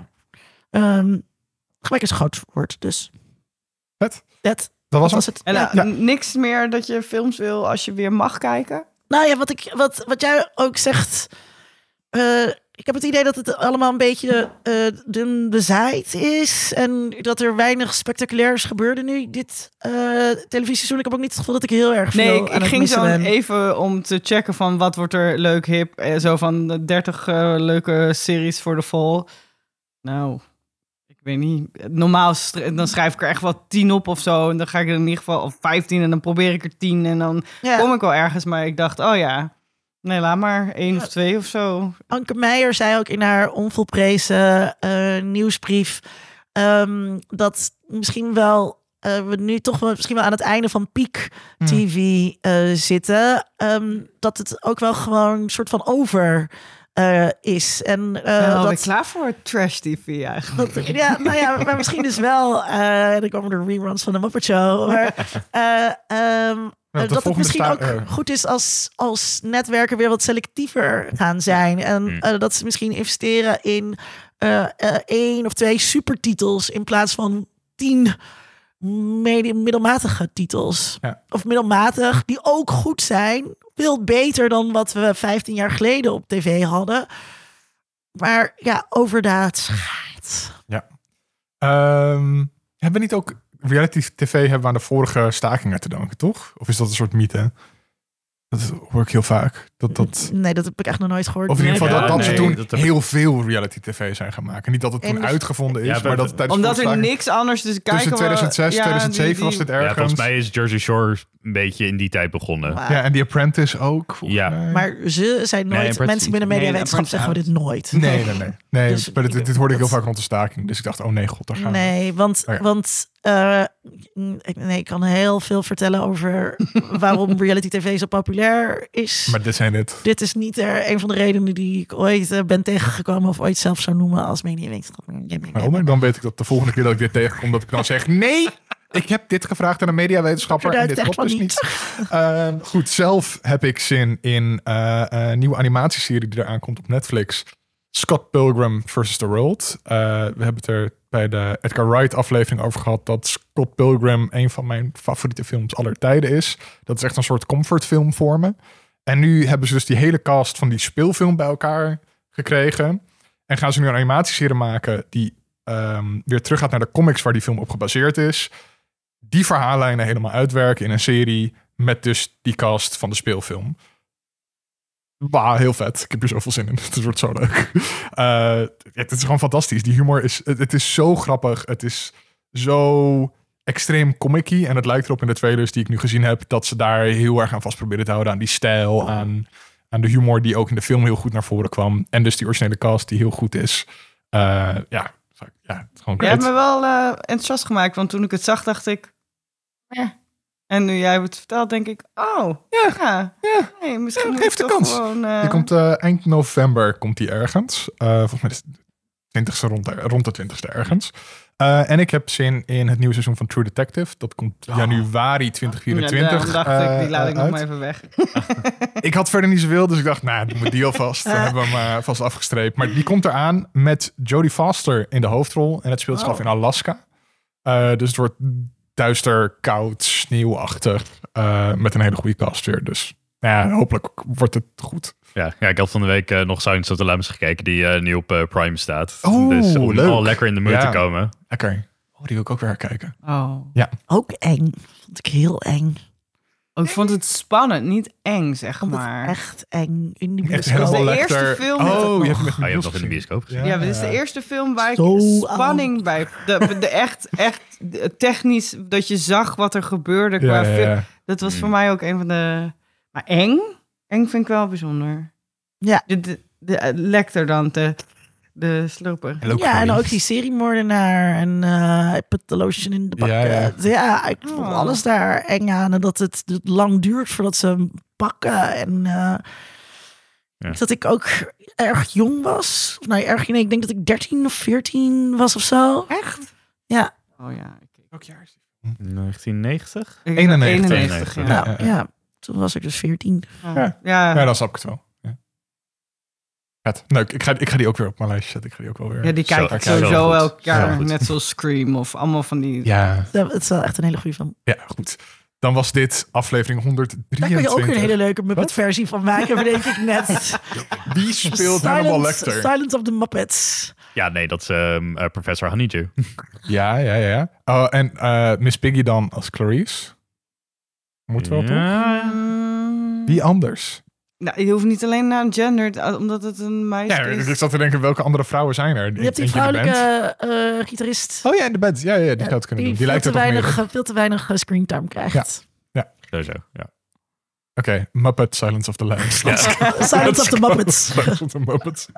Um, gebrek is een groot woord, dus Vet. dat, Dat was, was hem. het. En Ja. uh, niks meer dat je films wil als je weer mag kijken? Nou ja, wat, ik, wat, wat jij ook zegt. Uh, ik heb het idee dat het allemaal een beetje uh, dun bezaaid is. En dat er weinig spectaculairs gebeurde nu dit uh, televisieseizoen. Ik heb ook niet het gevoel dat ik heel erg veel Nee, aan ik, het ik ging missen zo ben. even om te checken van wat wordt er leuk hip. Eh, Zo van de dertig uh, leuke series voor de fall. Nou, ik weet niet. Normaal st- dan schrijf ik er echt wel tien op of zo. En dan ga ik er in ieder geval of vijftien en dan probeer ik er tien. En dan Ja. kom ik wel ergens. Maar ik dacht, oh ja, nee, laat maar één Ja. of twee of zo. Anke Meijer zei ook in haar onvolprezen uh, nieuwsbrief um, dat misschien wel uh, we nu toch wel misschien wel aan het einde van peak Hmm. T V uh, zitten. Um, dat het ook wel gewoon een soort van over uh, is. En uh, Ik ben alweer dat, klaar voor trash T V eigenlijk. dat, ja, nou ja, maar misschien dus wel. Uh, dan komen er reruns van de Muppet Show. Maar, uh, um, de dat het volgende misschien sta- ook eh, goed is als, als netwerken weer wat selectiever gaan zijn. En Hmm. eh, dat ze misschien investeren in eh, eh, één of twee supertitels in plaats van tien medi- middelmatige titels. Ja. Of middelmatig, die ook goed zijn. Veel beter dan wat we vijftien jaar geleden op tv hadden. Maar ja, overdaad schaadt. Ehm, hebben we niet ook reality tv hebben we aan de vorige stakingen te danken, toch? Of is dat een soort mythe? Dat hoor ik heel vaak. Dat, dat, Nee, dat heb ik echt nog nooit gehoord. of in ieder geval Ja, dat, dat ze nee, toen dat heb ik- heel veel reality tv zijn gaan maken. Niet dat het toen En de- uitgevonden is, Ja, maar maar- dat het tijdens Omdat de er staking- niks anders te kijken tussen tweeduizend zes en ja, tweeduizend zeven die- was die- dit Ja, ergens. volgens mij is Jersey Shore een beetje in die tijd begonnen. Maar, Ja, en The Apprentice ook. volgens Ja. mij. maar ze zijn nooit... Apprentice mensen binnen niet. mediawetenschap Nee, zeggen we dit nooit. Nee, nee, nee. nee Dus maar dit, ik- dit hoorde ik heel dat- vaak rond de staking. Dus ik dacht, oh nee, god, daar gaan we. Nee, want, Oh ja. want uh, nee, ik kan heel veel vertellen over waarom reality tv zo populair is. Maar dit zijn het. Dit is niet er een van de redenen die ik ooit uh, ben tegengekomen of ooit zelf zou noemen als mediawetenschap. Waarom? En dan weet ik dat de volgende keer dat ik dit tegenkom, dat ik dan zeg, nee, ik heb dit gevraagd aan een mediawetenschapper en dit Verduidt klopt dus echt niet. Uh, goed, zelf heb ik zin in uh, een nieuwe animatieserie die eraan komt op Netflix. Scott Pilgrim versus the World. Uh, we hebben het er bij de Edgar Wright aflevering over gehad dat Scott Pilgrim een van mijn favoriete films aller tijden is. Dat is echt een soort comfortfilm voor me. En nu hebben ze dus die hele cast van die speelfilm bij elkaar gekregen. En gaan ze nu een animatieserie maken die um, weer terug gaat naar de comics waar die film op gebaseerd is. Die verhaallijnen helemaal uitwerken in een serie met dus die cast van de speelfilm. Bah, heel vet. Ik heb er zoveel zin in. Het wordt zo leuk. Uh, het is gewoon fantastisch. Die humor is... Het, het is zo grappig. Het is zo extreem comic-y. En het lijkt erop in de trailers die ik nu gezien heb... dat ze daar heel erg aan vast proberen te houden. Aan die stijl. Aan, aan de humor die ook in de film heel goed naar voren kwam. En dus die originele cast die heel goed is. Uh, ja, ja, het is gewoon Je hebt great. me wel uh, enthousiast gemaakt. Want toen ik het zag, dacht ik... Eh. En nu jij het vertelt, denk ik... Oh, ja. ja. Ja. Nee, misschien Ja, moet geef ik de toch kans. Gewoon, uh... Die komt uh, eind november komt die ergens. Uh, volgens mij is het twintigste rond de, rond de twintigste ergens. Uh, en ik heb zin in het nieuwe seizoen van True Detective. Dat komt januari twintig vierentwintig. Ja, daarom dacht ik, die laat uh, ik nog uit. maar even weg. Ik had verder niet zoveel, dus ik dacht, nou, doe me die alvast. Dan hebben we hem uh, vast afgestreept. Maar die komt eraan met Jodie Foster in de hoofdrol. En het speelt zich Oh. af in Alaska. Uh, dus het wordt duister, koud, sneeuwachtig. Uh, met een hele goede cast weer. Dus nou ja, hopelijk wordt het goed. Ja, ja, ik had van de week uh, nog Silence of the Lambs gekeken, die uh, nu op uh, Prime staat. Oh, dus om leuk. al lekker in de mood Ja. te komen. Lekker. Oh, die wil ik ook weer kijken. Oh. Ook eng. Vond ik heel eng. Oh, ik vond het spannend, niet eng, zeg Vond het maar. echt eng in die Echt bioscoop. was de Hannibal eerste Lecter. film met Oh, het je nog. hebt hem met Ah, je hebt Niels nog in de gezien. bioscoop gezien. Ja, dit is de eerste film waar ik Zo spanning bij... De, de echt, echt de- technisch, dat je zag wat er gebeurde qua Ja, ja, film. ja. Dat was voor mij ook een van de... Maar eng? Eng vind ik wel bijzonder. Ja. De, de, de Lecter dan, de, de sloper. Hello, Ja, en Chloe. ook die seriemoordenaar. En uh, hij put de lotion in de bak. Ja, ja. ja, ik vond Oh. alles daar eng aan. En dat het, het lang duurt voordat ze hem pakken. En uh, Ja. dat ik ook erg jong was. Of nou, erg nee, ik denk dat ik dertien of veertien was of zo. Echt? Ja. Oh ja. Welk jaar is die? negentien negentig? Ik- eenennegentig. eenennegentig, ja. Ja. Nou, ja. Toen was ik dus veertien. Ja. Ja. Ja, dan snap ik het wel. Ja. Vet. Nou, ik, ik, ga, ik ga die ook weer op mijn lijstje zetten. Ik ga die ook wel weer... Ja, die Zo- kijk ik zo sowieso goed. elk jaar. Zo goed. Net zoals Scream of allemaal van die... Ja, Ja, het is wel echt een hele goede film. ja, goed. Dan was dit aflevering Daar honderddrieëntwintig. kun je ook een hele leuke Wat? Muppet-versie van maken, bedenk ik net. Wie speelt Hannibal Silence, Lecter? Silence of the Muppets. Ja, nee, dat is um, uh, Professor Honeydew. Ja, ja, ja. Oh, en uh, Miss Piggy dan als Clarice. Moet wel, toch? Ja. Mm, Wie anders? nou, je hoeft niet alleen naar een gender, omdat het een meisje Ja, is. ik zat te denken, welke andere vrouwen zijn er? Je hebt die Eentje in de band. vrouwelijke uh, gitarist. Oh ja, in de band. Ja, ja, die zou het kunnen die doen. Die lijkt veel er te toch weinig, meer. veel te weinig uh, screentime krijgt. Sowieso, ja. Oké, okay, Muppet Silence of the Lambs. Ja. Silence of the Muppets. Silence of the Muppets.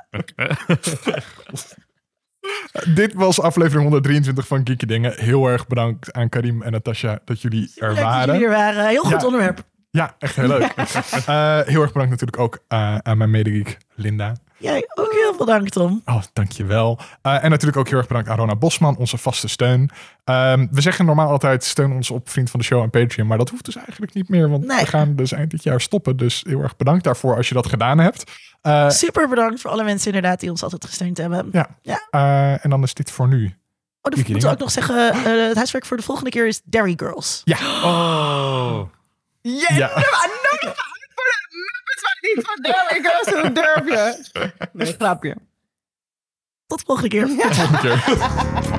Dit was aflevering honderddrieëntwintig van Geeky Dingen. Heel erg bedankt aan Karim en Natasja dat jullie er Leuk dat waren. jullie er waren. Heel goed Ja. onderwerp. Ja, echt heel leuk. uh, heel erg bedankt natuurlijk ook uh, aan mijn medegeek Linda. Jij ook heel veel dank, Tom. Oh, dankjewel. Uh, en natuurlijk ook heel erg bedankt aan Rona Bosman, onze vaste steun. Um, we zeggen normaal altijd steun ons op Vriend van de Show en Patreon. Maar dat hoeft dus eigenlijk niet meer. Want Nee. we gaan dus eind dit jaar stoppen. Dus heel erg bedankt daarvoor als je dat gedaan hebt. Uh, Super bedankt voor alle mensen inderdaad die ons altijd gesteund hebben. ja. Ja. Uh, en dan is dit voor nu. Oh, dan Kiki moeten we dingen. ook nog zeggen, uh, het huiswerk voor de volgende keer is Dairy Girls. Ja. Oh. Yeah, Ja. nodig uit voor de Muppets, maar niet van Dairy Girls. Hoe durf je? Nee, grapje. Tot de volgende keer. Volgende keer.